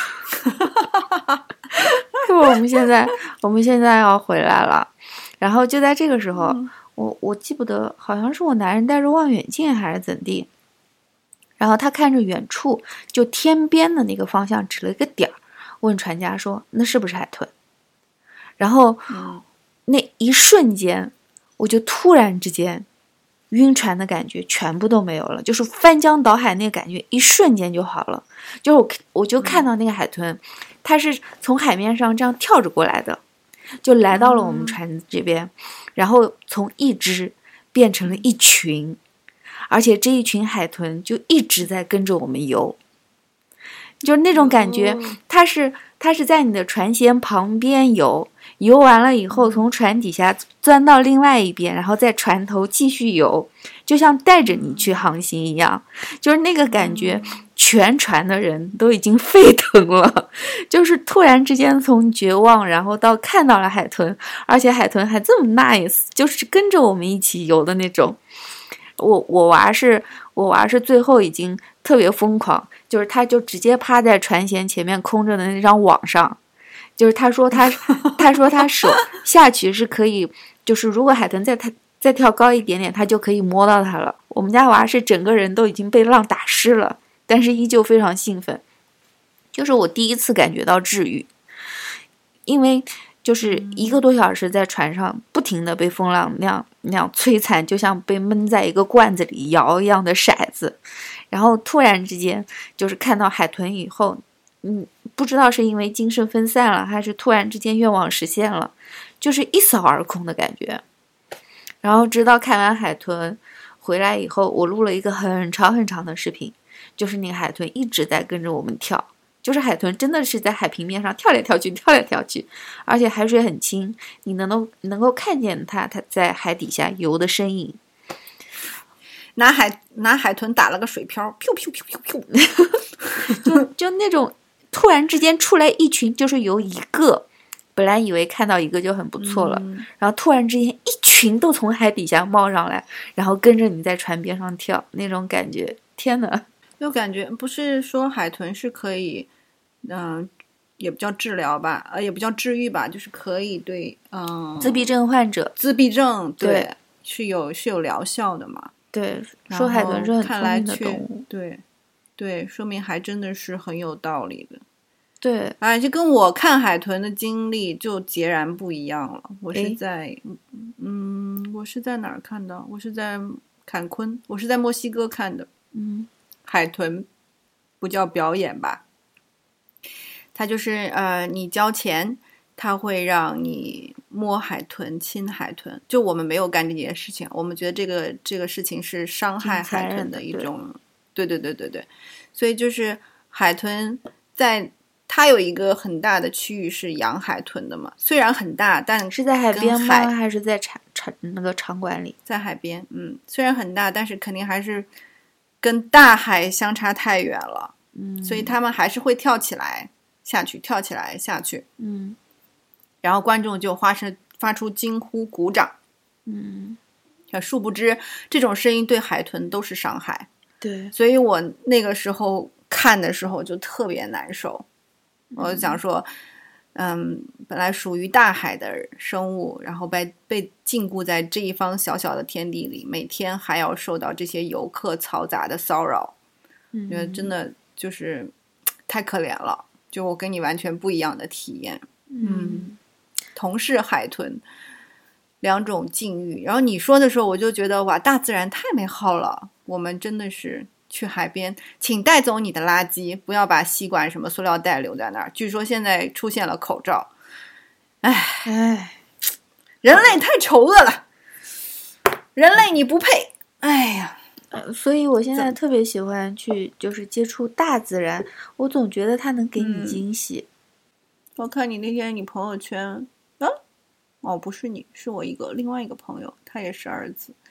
我们现在我们现在要回来了。然后就在这个时候、嗯、我我记不得好像是我男人带着望远镜还是怎地，然后他看着远处就天边的那个方向指了一个点儿，问船家说那是不是海豚。然后、嗯、那一瞬间我就突然之间晕船的感觉全部都没有了，就是翻江倒海那个感觉一瞬间就好了。就是我我就看到那个海豚、嗯、它是从海面上这样跳着过来的，就来到了我们船这边、嗯、然后从一只变成了一群，而且这一群海豚就一直在跟着我们游，就是那种感觉、哦、它是它是在你的船舷旁边游，游完了以后从船底下钻到另外一边，然后在船头继续游，就像带着你去航行一样。就是那个感觉全船的人都已经沸腾了，就是突然之间从绝望然后到看到了海豚，而且海豚还这么 nice， 就是跟着我们一起游的那种。我我娃是我娃是最后已经特别疯狂，就是他就直接趴在船舷前面空着的那张网上，就是他说他他说他手下去是可以，就是如果海豚再他再跳高一点点，他就可以摸到它了。我们家娃是整个人都已经被浪打湿了，但是依旧非常兴奋，就是我第一次感觉到治愈。因为就是一个多小时在船上不停的被风浪那样那样摧残，就像被闷在一个罐子里摇一样的骰子，然后突然之间就是看到海豚以后，嗯，不知道是因为精神分散了，还是突然之间愿望实现了，就是一扫而空的感觉。然后直到看完海豚回来以后，我录了一个很长很长的视频，就是那个海豚一直在跟着我们跳，就是海豚真的是在海平面上跳来跳去跳来跳去，而且海水很清，你能够能够看见它它在海底下游的身影。 拿海拿海豚打了个水漂，噗噗噗噗噗， 就就那种突然之间出来一群，就是有一个，本来以为看到一个就很不错了、嗯、然后突然之间一群都从海底下冒上来，然后跟着你在船边上跳，那种感觉天哪。 就感觉不是说海豚是可以嗯、呃，也不叫治疗吧，呃，也不叫治愈吧，就是可以对嗯、呃、 自闭症患者自闭症 对, 对是有是有疗效的嘛。 对，说海豚是很聪明的动物， 对对，说明还真的是很有道理的。 对， 哎，就跟我看海豚的经历就截然不一样了。我是在嗯，我是在哪儿看的？我是在坎昆，我是在墨西哥看的。 嗯， 海豚不叫表演吧？它就是呃，你交钱，它会让你摸海豚、亲海豚。就我们没有干这件事情，我们觉得这个这个事情是伤害海豚的一种。对对对对对，所以就是海豚在它有一个很大的区域是养海豚的嘛，虽然很大，但是在海边吗？还是在场场那个场馆里？ 在海边，嗯，虽然很大，但是肯定还是跟大海相差太远了， 嗯， 所以他们还是会跳起来下去，跳起来下去， 嗯， 然后观众就发生发出惊呼、鼓掌， 嗯， 殊不知这种声音对海豚都是伤害， 对， 所以我那个时候看的时候就特别难受，我就想说，嗯，本来属于大海的生物，然后被被禁锢在这一方小小的天地里，每天还要受到这些游客嘈杂的骚扰， 嗯， 觉得真的就是太可怜了。就我跟你完全不一样的体验， 嗯， 同是海豚，两种境遇。然后你说的时候，我就觉得哇，大自然太美好了。我们真的是去海边，请带走你的垃圾，不要把吸管什么塑料袋留在那儿。据说现在出现了口罩，哎哎， 人类太丑恶了，人类你不配，哎呀。 呃，所以我现在特别喜欢去就是接触大自然，我总觉得它能给你惊喜。 嗯、我看你那天你朋友圈，啊，哦，不是你，是我一个另外一个朋友，他也是儿子，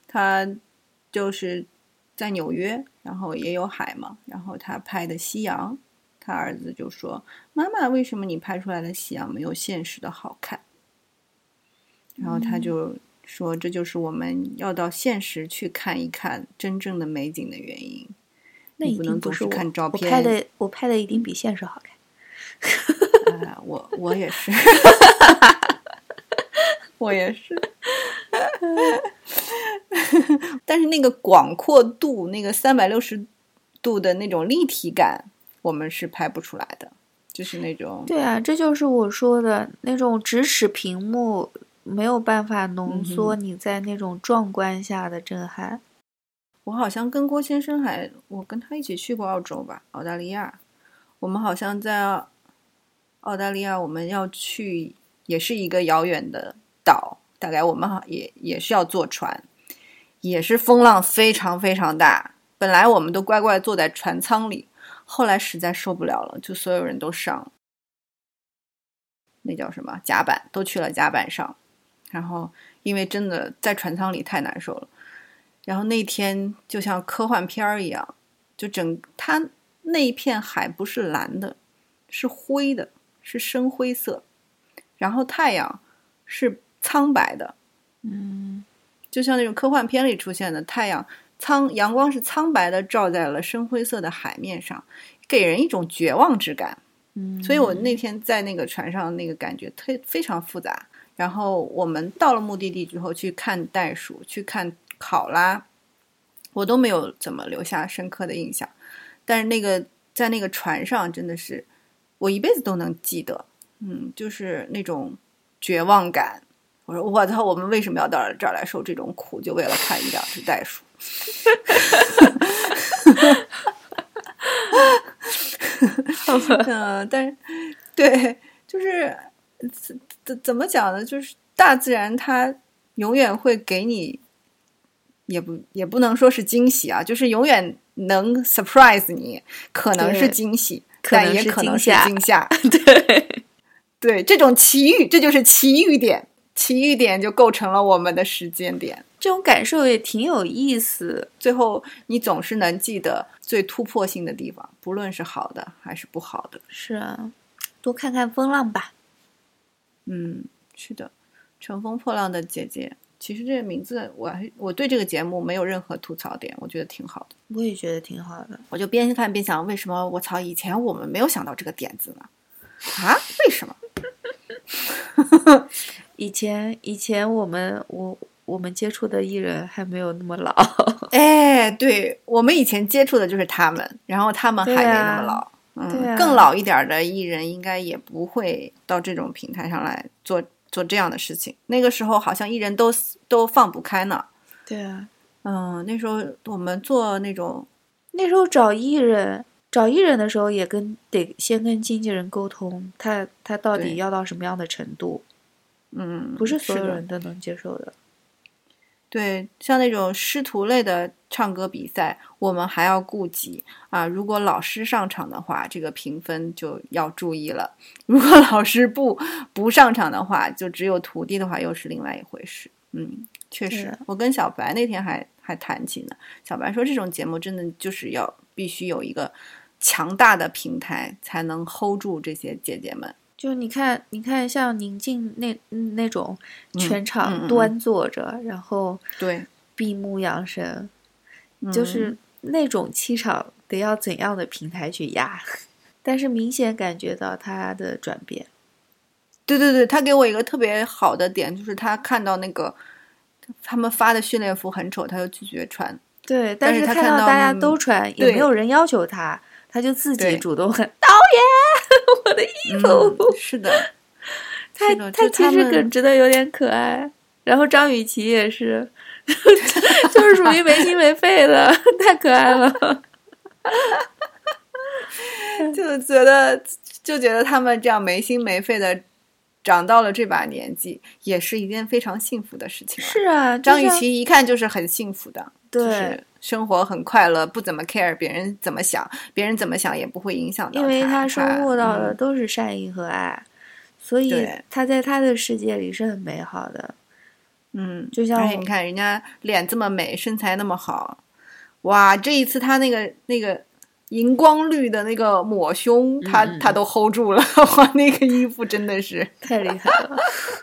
他就是在纽约，然后也有海嘛，然后他拍的夕阳，他儿子就说：“妈妈，为什么你拍出来的夕阳没有现实的好看？”然后他就说：“这就是我们要到现实去看一看真正的美景的原因。 那一你不能总是定不是我， 看照片。 我拍的我拍的一定比现实好看。 呃”我我也是，我也是。但是那个广阔度，那个三百六十度的那种立体感，我们是拍不出来的，就是那种对啊，这就是我说的那种直尺屏幕没有办法浓缩你在那种壮观下的震撼。 我好像跟郭先生还，我跟他一起去过澳洲吧，澳大利亚。我们好像在澳大利亚，我们要去也是一个遥远的岛，大概我们好也也是要坐船，也是风浪非常非常大。本来我们都乖乖坐在船舱里，后来实在受不了了，就所有人都上那叫什么甲板，都去了甲板上。然后因为真的在船舱里太难受了，然后那天就像科幻片一样，就整它那一片海不是蓝的，是灰的，是深灰色，然后太阳是苍白的， 嗯， 就像那种科幻片里出现的太阳苍阳光是苍白的照在了深灰色的海面上，给人一种绝望之感。 嗯， 所以我那天在那个船上那个感觉特非常复杂。然后我们到了目的地之后去看袋鼠，去看考拉，我都没有怎么留下深刻的印象，但是那个在那个船上真的是我一辈子都能记得。嗯，就是那种绝望感。我说我操，我们为什么要到这儿来受这种苦，就为了看一两只袋鼠？嗯、呃，但是对，就是怎怎么讲呢？就是大自然它永远会给你，也不也不能说是惊喜啊，就是永远能 surprise 你，可能是惊喜，但也可能是惊吓。 对对，这种奇遇，这就是奇遇点，奇遇点就构成了我们的时间点。 这种感受也挺有意思。 最后你总是能记得最突破性的地方，不论是好的还是不好的。 是啊，多看看风浪吧。 嗯，是的，乘风破浪的姐姐，其实这个名字我还我对这个节目没有任何吐槽点，我觉得挺好的。 我也觉得挺好的。 我就边看边想，为什么我操，以前我们没有想到这个点子呢？啊，为什么？ 以前以前我们我我们接触的艺人还没有那么老。 哎，对，我们以前接触的就是他们，然后他们还没那么老。嗯， 对啊， 更老一点的艺人应该也不会到这种平台上来做做这样的事情。那个时候好像艺人都都放不开呢。 对啊， 嗯，那时候我们做那种， 那时候找艺人找艺人的时候也跟得先跟经纪人沟通，他他到底要到什么样的程度。 嗯， 不是所有是人都能接受的。 对，像那种师徒类的唱歌比赛，我们还要顾及啊。如果老师上场的话，这个评分就要注意了；如果老师不不上场的话，就只有徒弟的话，又是另外一回事。嗯，确实，我跟小白那天还还谈起呢。小白说，这种节目真的就是要必须有一个强大的平台，才能 hold 住这些姐姐们。 就你看，你看像宁静那那种全场端坐着， 嗯嗯嗯、 然后对闭目养神， 嗯、 就是那种气场得要怎样的平台去压？但是明显感觉到他的转变。 对对对，他给我一个特别好的点，就是他看到那个他们发的训练服很丑，他就拒绝穿。 对，但是看到大家都穿，也没有人要求他，他就自己主动喊导演，我的衣服。 嗯、是的， 他他其实可真的有点可爱。然后张雨绮也是，就是属于没心没肺的，太可爱了。 就觉得就觉得他们这样没心没肺的长到了这把年纪，也是一件非常幸福的事情了。 是啊， 张雨绮一看就是很幸福的， 对， 就是生活很快乐，不怎么 care 别人怎么想，别人怎么想也不会影响到他， 因为他收获到的嗯、 都是善意和爱，所以他在他的世界里是很美好的。 嗯， 就像而且你看人家脸这么美，身材那么好，哇，这一次他那个那个荧光绿的那个抹胸，他嗯嗯他都 hold 住了，哇，那个衣服真的是太厉害了。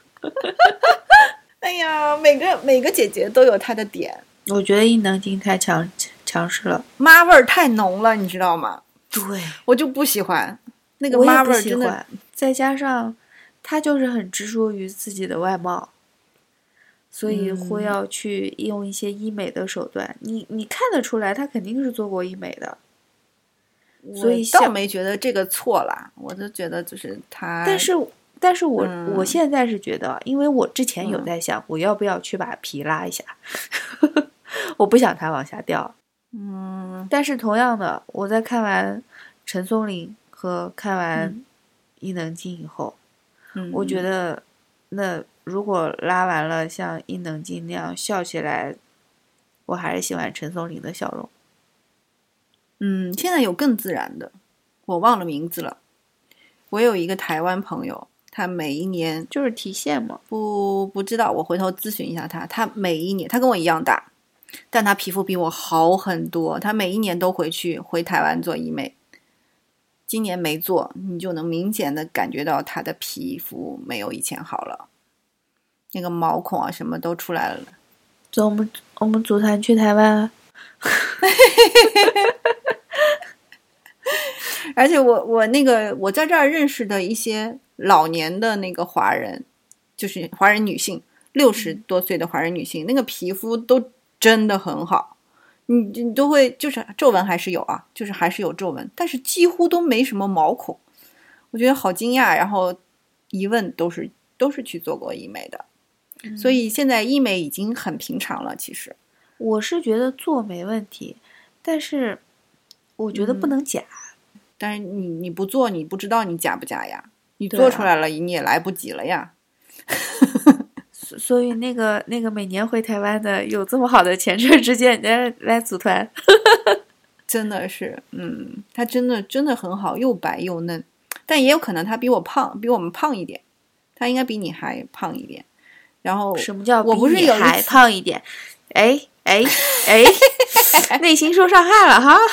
哎呀，每个每个姐姐都有她的点， 我觉得伊能静太强强势了， 妈味儿太浓了，你知道吗？ 对， 我就不喜欢那个我也不妈味儿，真的喜欢。再加上她就是很执着于自己的外貌，所以会要去用一些医美的手段。你你看得出来，她肯定是做过医美的。所以我倒像没觉得这个错啦，我就觉得就是他， 但是但是我、 嗯我现在是觉得，因为我之前有嗯在想，我要不要去把皮拉一下，我不想它往下掉。 嗯但是同样的，我在看完陈松伶和看完嗯伊能静以后， 嗯， 我觉得那如果拉完了像伊能静那样笑起来，我还是喜欢陈松伶的笑容。 嗯，现在有更自然的，我忘了名字了。我有一个台湾朋友，他每一年就是提线嘛， 不不知道，我回头咨询一下他。他每一年，他跟我一样大，但他皮肤比我好很多。他每一年都回去回台湾做医美，今年没做，你就能明显的感觉到他的皮肤没有以前好了，那个毛孔啊什么都出来了。 走，我们我们组团去台湾啊。 而且我我那个我在这儿认识的一些老年的那个华人，就是华人女性，六十多岁的华人女性，那个皮肤都真的很好，你你都会就是皱纹还是有啊，就是还是有皱纹，但是几乎都没什么毛孔，我觉得好惊讶。然后一问都是都是去做过医美的， 嗯、 所以现在医美已经很平常了。其实我是觉得做没问题，但是我觉得不能假。 嗯但是你你不做，你不知道你假不假呀？你啊做出来了，你也来不及了呀。 所所以那个那个每年回台湾的有这么好的前车之鉴，来来组团， 真的是，嗯，他真的真的很好，又白又嫩，但也有可能他比我胖，比我们胖一点，他应该比你还胖一点。然后什么叫我不是比你还有一次胖一点？哎哎哎，内心受伤害了哈。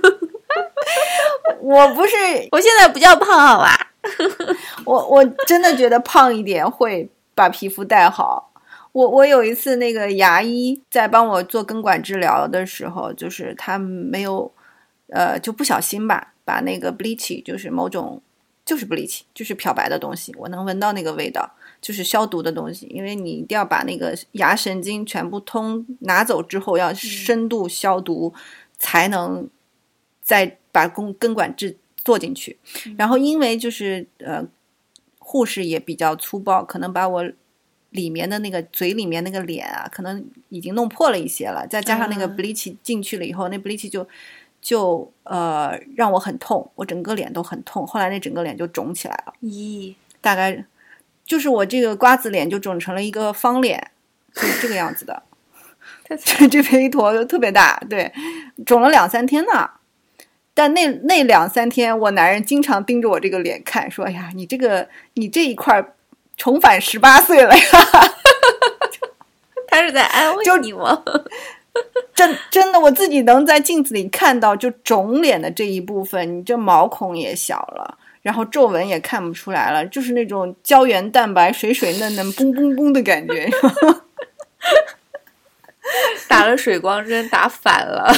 我不是， 我现在不叫胖好吧？ 我我真的觉得胖一点会把皮肤带好。我我有一次那个牙医在帮我做根管治疗的时候，就是他没有，呃，就不小心吧，把那个 bleach 就是某种就是 bleach 就是漂白的东西，我能闻到那个味道，就是消毒的东西，因为你一定要把那个牙神经全部通拿走之后，要深度消毒，嗯、才能再把根根管治做进去。然后因为就是呃护士也比较粗暴，可能把我里面的那个嘴里面那个脸啊，可能已经弄破了一些了，再加上那个 bleach 进去了以后，嗯、那 bleach 就就呃让我很痛，我整个脸都很痛，后来那整个脸就肿起来了。 咦， 大概就是我这个瓜子脸就肿成了一个方脸，就是这个样子的。这边一坨就特别大，对，肿了两三天呢。但那那两三天，我男人经常盯着我这个脸看，说：“哎呀，你这个你这一块重返十八岁了呀。” 他是在安慰你吗？ 真真的，我自己能在镜子里看到，就肿脸的这一部分，你这毛孔也小了，然后皱纹也看不出来了，就是那种胶原蛋白水水嫩嫩、嘣嘣嘣的感觉。 打了水光针，打反了。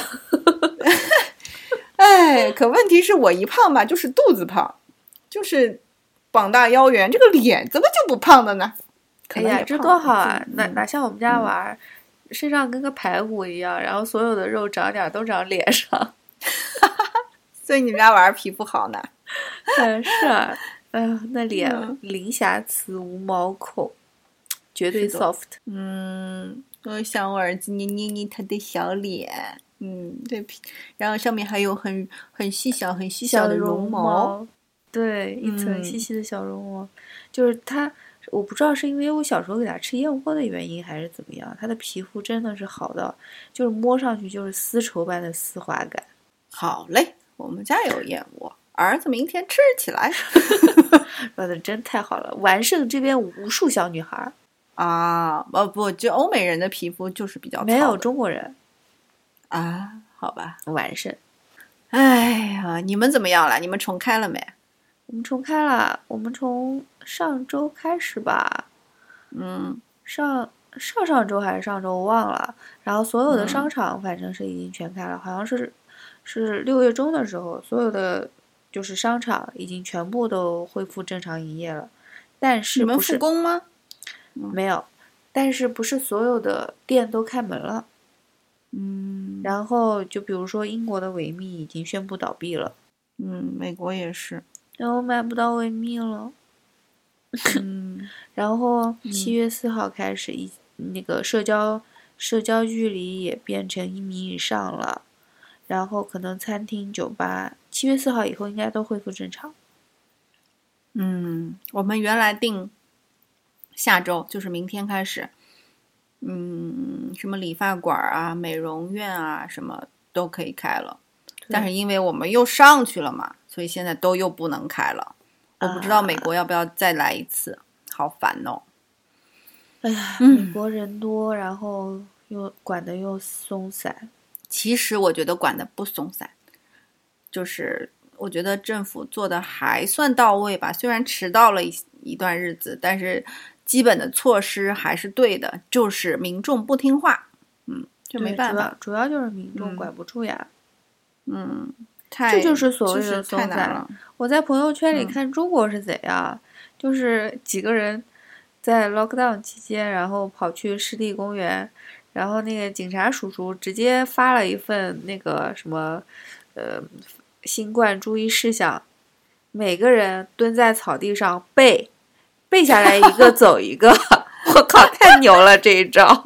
哎，可问题是我一胖吧，就是肚子胖，就是膀大腰圆，这个脸怎么就不胖的呢？ 哎呀，这多好啊！哪哪像我们家娃儿，嗯、身上跟个排骨一样，然后所有的肉长点都长脸上。 所以你们家娃儿皮肤好呢？ 嗯，是啊，哎呀，那脸、嗯、零瑕疵无毛孔，绝对 soft。 嗯，我想我儿子捏捏捏他的小脸。嗯，对，然后上面还有很很细小、很细小的绒毛， 毛对，一层细细的小绒毛。嗯、就是他，我不知道是因为我小时候给他吃燕窝的原因，还是怎么样，他的皮肤真的是好到，就是摸上去就是丝绸般的丝滑感。 好嘞，我们家有燕窝，儿子明天吃起来。 说的真太好了，完胜这边无数小女孩。 啊，哦不，就欧美人的皮肤就是比较糙的。 没有中国人啊，好吧， 完胜。 哎呀，你们怎么样了？你们重开了没？ 我们重开了，我们从上周开始吧， 嗯， 上上上周还是上周我忘了。然后所有的商场反正是已经全开了，嗯、好像是是六月中的时候，所有的就是商场已经全部都恢复正常营业了。但是你们不是复工吗？ 没有，但是不是所有的店都开门了。 嗯， 然后就比如说英国的维密已经宣布倒闭了， 嗯，美国也是， 然后买不到维密了。 嗯， 然后七月四号开始，一、嗯、那个社交社交距离也变成一米以上了，然后可能餐厅、酒吧七月四号以后应该都恢复正常。 嗯，我们原来定下周就是明天开始，嗯，什么理发馆啊、美容院啊，什么都可以开了。但是因为我们又上去了嘛，所以现在都又不能开了。我不知道美国要不要再来一次，啊、好烦哦。 哎呀，美国人多，然后又管得又松散。 其实我觉得管得不松散，就是我觉得政府做的还算到位吧，虽然迟到了一一段日子，但是基本的措施还是对的，就是民众不听话，嗯，就没办法， 主要主要就是民众管不住呀， 嗯，太这就是所谓的松散。 太难了。 我在朋友圈里看中国是怎样，嗯、就是几个人在 lockdown 期间，然后跑去湿地公园，然后那个警察叔叔直接发了一份那个什么，呃，新冠注意事项，每个人蹲在草地上背，背下来一个走一个，我靠，太牛了这一招！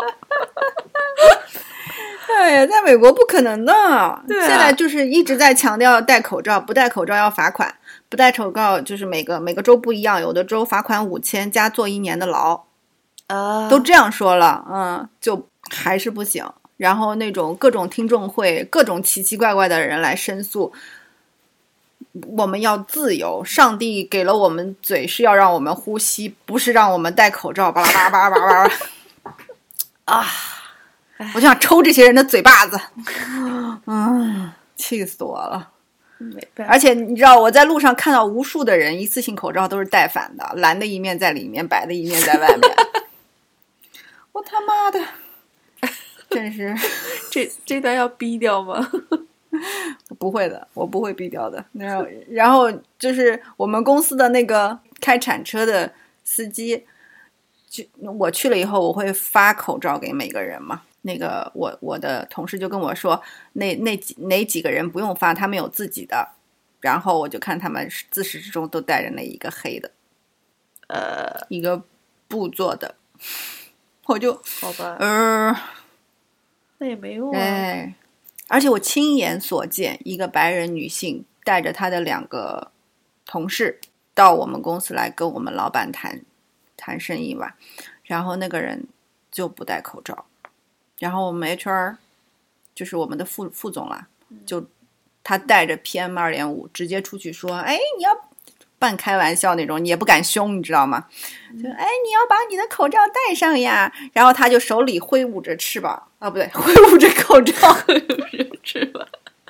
哎呀，在美国不可能的， 对啊、 现在就是一直在强调戴口罩，不戴口罩要罚款，不戴口罩就是每个每个州不一样，有的州罚款五千加坐一年的牢， 啊， 都这样说了，嗯，就还是不行。然后那种各种听众会，各种奇奇怪怪的人来申诉。我们要自由，上帝给了我们嘴是要让我们呼吸，不是让我们戴口罩，巴拉巴拉巴拉巴拉啊！我就想抽这些人的嘴巴子，嗯，气死我了。而且你知道，我在路上看到无数的人一次性口罩都是戴反的，蓝的一面在里面，白的一面在外面。我他妈的，真是这这段要逼掉吗？ 不会的，我不会逼掉的。然后，然后就是我们公司的那个开铲车的司机，就我去了以后，我会发口罩给每个人嘛。那个我我的同事就跟我说，那那几哪几个人不用发，他们有自己的。然后我就看他们自始至终都带着那一个黑的， 呃， 一个布做的，我就好吧， 呃， 那也没用啊。 哎，而且我亲眼所见，一个白人女性带着她的两个同事到我们公司来跟我们老板谈谈生意吧，然后那个人就不戴口罩，然后我们 H R 就是我们的副副总啦，就他带着 P M 二点五 直接出去说，哎，你要半开玩笑那种，你也不敢凶，你知道吗？就哎，你要把你的口罩戴上呀。然后他就手里挥舞着翅膀啊，不对，挥舞着口罩，挥舞着翅膀。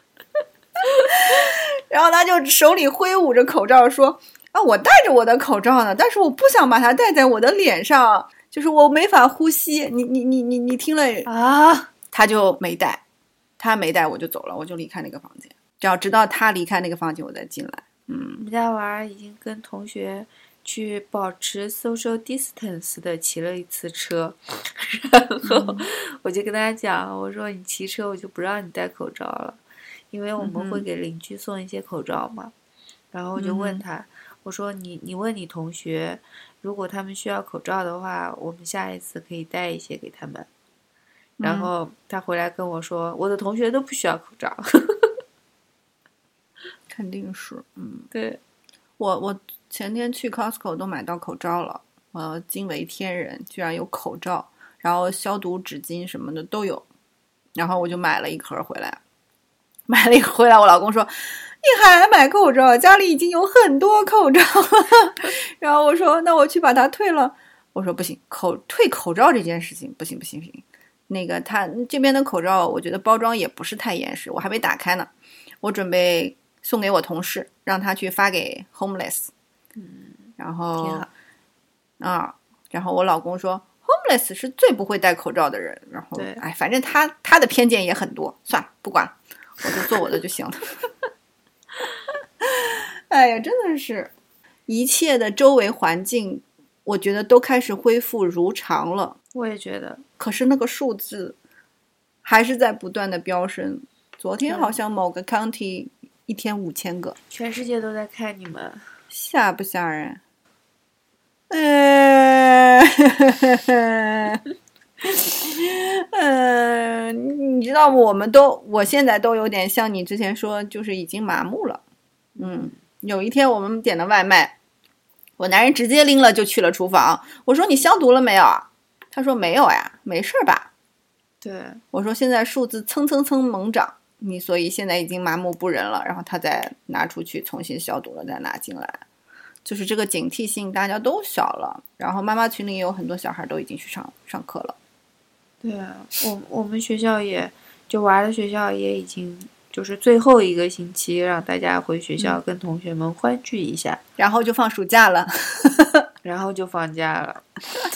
然后他就手里挥舞着口罩说，啊，我戴着我的口罩呢，但是我不想把它戴在我的脸上，就是我没法呼吸。你你你你你听了啊？ 他就没戴，他没戴，我就走了，我就离开那个房间。只要直到他离开那个房间，我再进来。嗯， 我们家娃儿已经跟同学去保持 social distance 的骑了一次车，然后我就跟他讲，我说你骑车我就不让你戴口罩了，因为我们会给邻居送一些口罩嘛。嗯、然后我就问他，我说你你问你同学，如果他们需要口罩的话，我们下一次可以带一些给他们。然后他回来跟我说，我的同学都不需要口罩。 肯定是，嗯， 对， 我我前天去 Costco 都买到口罩了，我惊为天人，居然有口罩，然后消毒纸巾什么的都有，然后我就买了一盒回来，买了一盒回来，我老公说你还买口罩，家里已经有很多口罩了，然后我说那我去把它退了， 我说不行，口退口罩这件事情不行不行不行。那个他这边的口罩，我觉得包装也不是太严实，我还没打开呢。我准备送给我同事，让他去发给 homeless。 嗯， 然后挺好啊，然后我老公说 homeless 是最不会戴口罩的人。然后对哎，反正他他的偏见也很多，算了，不管了，我就做我的就行了。哎呀，真的是一切的周围环境，我觉得都开始恢复如常了。 我也觉得， 可是那个数字还是在不断的飙升。昨天对好像某个 county 一天五千个， 全世界都在看你们。 吓不吓人？呃，呃，你知道我们都，我现在都有点像你之前说，就是已经麻木了。嗯，有一天我们点的外卖，我男人直接拎了就去了厨房。我说你消毒了没有啊？他说没有呀，没事吧？ 对， 我说现在数字蹭蹭蹭猛涨，你所以现在已经麻木不仁了。然后他再拿出去重新消毒了，再拿进来，就是这个警惕性大家都小了。然后妈妈群里也有很多小孩都已经去上上课了。 对啊，我我们学校也就娃的学校也已经就是最后一个星期让大家回学校跟同学们欢聚一下， 嗯、然后就放暑假了， 然后就放假了。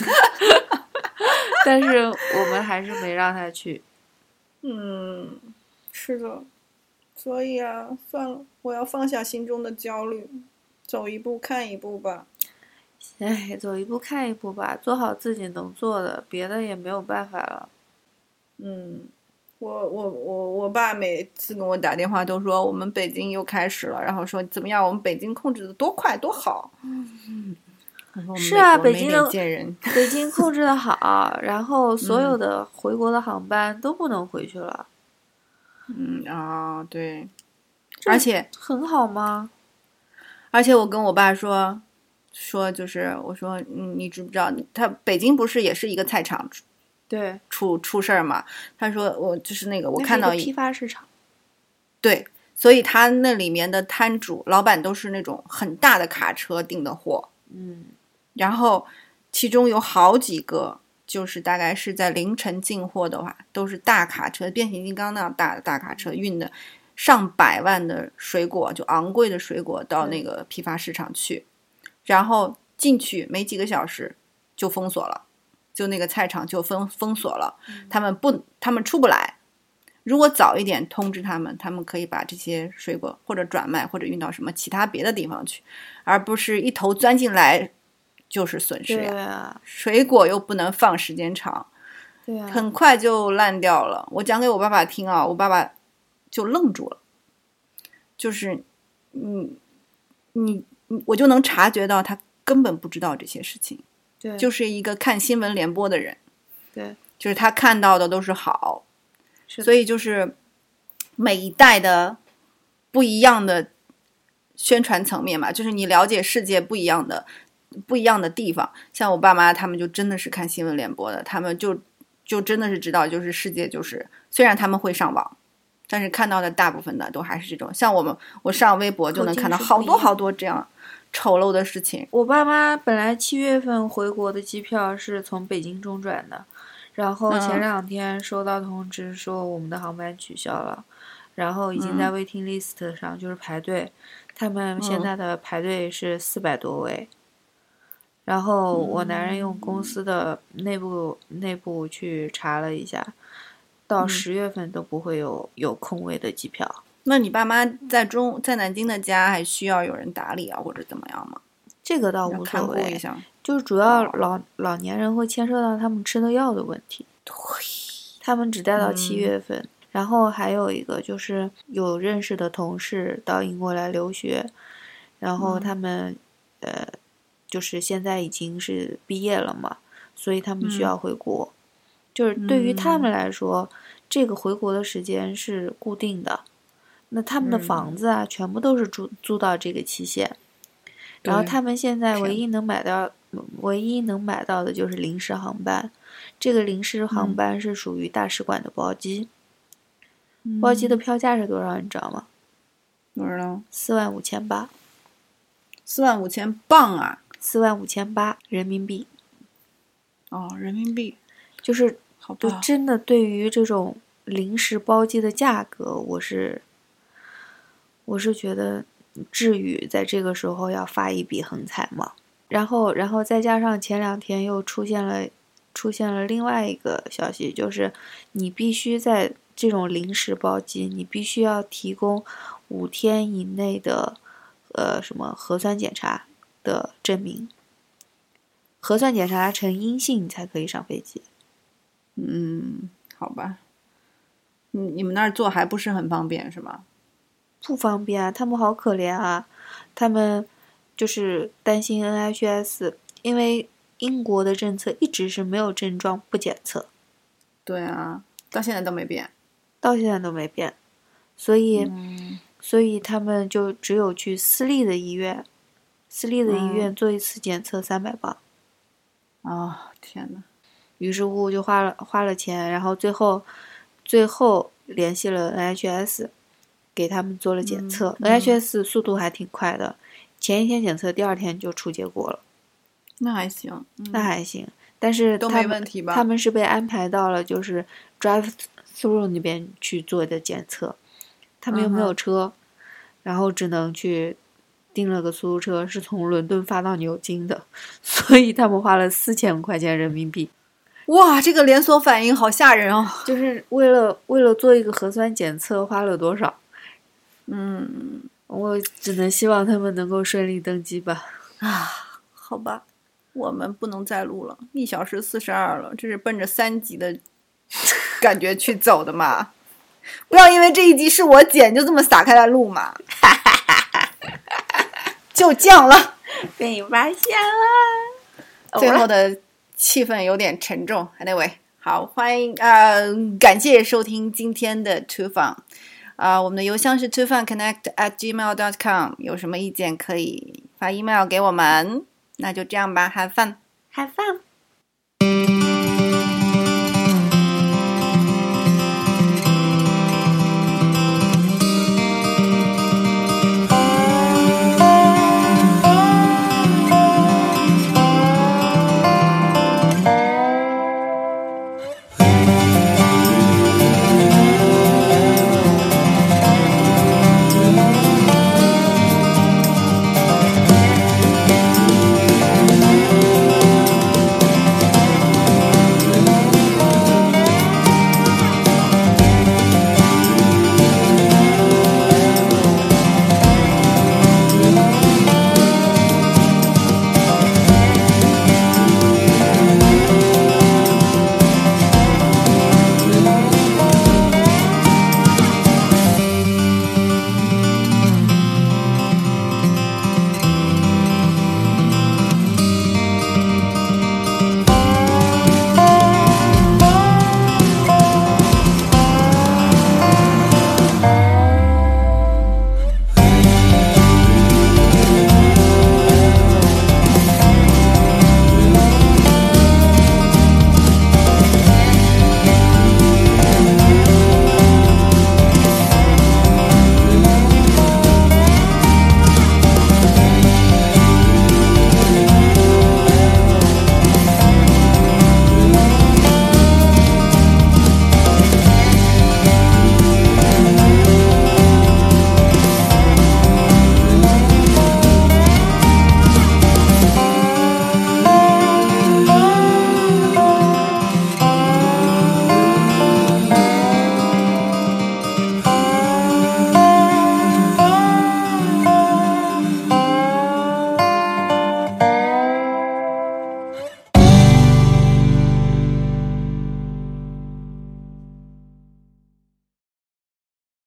但是我们还是没让他去。 嗯，是的，所以啊，算了，我要放下心中的焦虑，走一步看一步吧。 哎，走一步看一步吧，做好自己能做的，别的也没有办法了。 嗯，我我我我爸每次跟我打电话都说我们北京又开始了，然后说怎么样，我们北京控制的多快多好。嗯， 是啊，北京的人北京控制的好，然后所有的回国的航班都不能回去了。 嗯啊，对，而且很好吗？ 而且我跟我爸说说就是我说嗯，你知不知道他北京不是也是一个菜场？ 对， 出出事儿嘛？他说我就是那个我看到一批发市场， 对，所以他那里面的摊主老板都是那种很大的卡车订的货， 嗯， 然后其中有好几个就是大概是在凌晨进货的话，都是大卡车，变形金刚那样大的大卡车运的上百万的水果，就昂贵的水果到那个批发市场去，然后进去没几个小时就封锁了。就那个菜场就封封锁了，他们不，他们出不来。如果早一点通知他们，他们可以把这些水果或者转卖，或者运到什么其他别的地方去，而不是一头钻进来就是损失呀。 对啊， 水果又不能放时间长， 对啊， 很快就烂掉了。我讲给我爸爸听啊，我爸爸就愣住了，就是你你你，我就能察觉到他根本不知道这些事情。 对， 就是一个看新闻联播的人， 对， 就是他看到的都是好， 是所以就是每一代的不一样的宣传层面嘛，就是你了解世界不一样的不一样的地方。像我爸妈他们就真的是看新闻联播的，他们就就真的是知道，就是世界就是虽然他们会上网，但是看到的大部分的都还是这种。像我们我上微博就能看到好多好多这样丑陋的事情。 我爸妈本来七月份回国的机票是从北京中转的，然后前两天收到通知说我们的航班取消了，嗯、然后已经在 waiting list 上就是排队，他们现在的排队是四百多位。然后我男人用公司的内部内部去查了一下，到十月份都不会有有空位的机票。 那你爸妈在中在南京的家还需要有人打理啊，或者怎么样吗？ 这个倒无所谓， 一下就是主要老、哦、老年人会牵涉到他们吃的药的问题。 对， 他们只待到七月份、 嗯。 然后还有一个就是有认识的同事到英国来留学，然后他们、嗯、呃，就是现在已经是毕业了嘛，所以他们需要回国。嗯、就是对于他们来说、嗯，这个回国的时间是固定的。那他们的房子啊、嗯，全部都是租租到这个期限，然后他们现在唯一能买到，唯一能买到的就是临时航班。这个临时航班是属于大使馆的包机，嗯、包机的票价是多少？你知道吗？ 不知道。 四万五千八。 四万五千镑啊！ 四万五千八人民币。 哦，人民币， 就是好吧， 就真的对于这种临时包机的价格，我是我是觉得至于在这个时候要发一笔横财吗？然后，然后再加上前两天又出现了出现了另外一个消息，就是你必须在这种临时包机，你必须要提供五天以内的呃什么核酸检查的证明，核酸检查呈阴性你才可以上飞机。 嗯，好吧，你你们那儿做还不是很方便是吗？ 不方便啊，他们好可怜啊，他们就是担心 N H S， 因为英国的政策一直是没有症状不检测， 对啊，到现在都没变， 到现在都没变，所以、 嗯、 所以他们就只有去私立的医院，私立的医院做一次检测三百磅。 哦，天哪！ 于是乎就花了花了钱，然后最后最后联系了 N H S， 给他们做了检测。 嗯、 N H S 速度还挺快的，前一天检测，第二天就出结果了。 那还行，嗯、 那还行，但是都他们没问题吧？ 他们是被安排到了就是 drive through 那边去做的检测，他们又没有车，嗯、然后只能去订了个出租车，是从伦敦发到牛津的，所以他们花了四千块钱人民币。 哇，这个连锁反应好吓人哦！ 就是为了为了做一个核酸检测花了多少？ 嗯， 我只能希望他们能够顺利登机吧。 啊，好吧，我们不能再录了，一小时四十二了，这是奔着三集的感觉去走的嘛？不要因为这一集是我剪，就这么撒开来录嘛！就降了， 被你发现了。 最后的气氛有点沉重。Anyway， 好，欢迎呃，感谢收听今天的 Too Fun。啊，我们的邮箱是 too fun connect at gmail dot com， 有什么意见可以发 email 给我们。那就这样吧， have fun， have fun。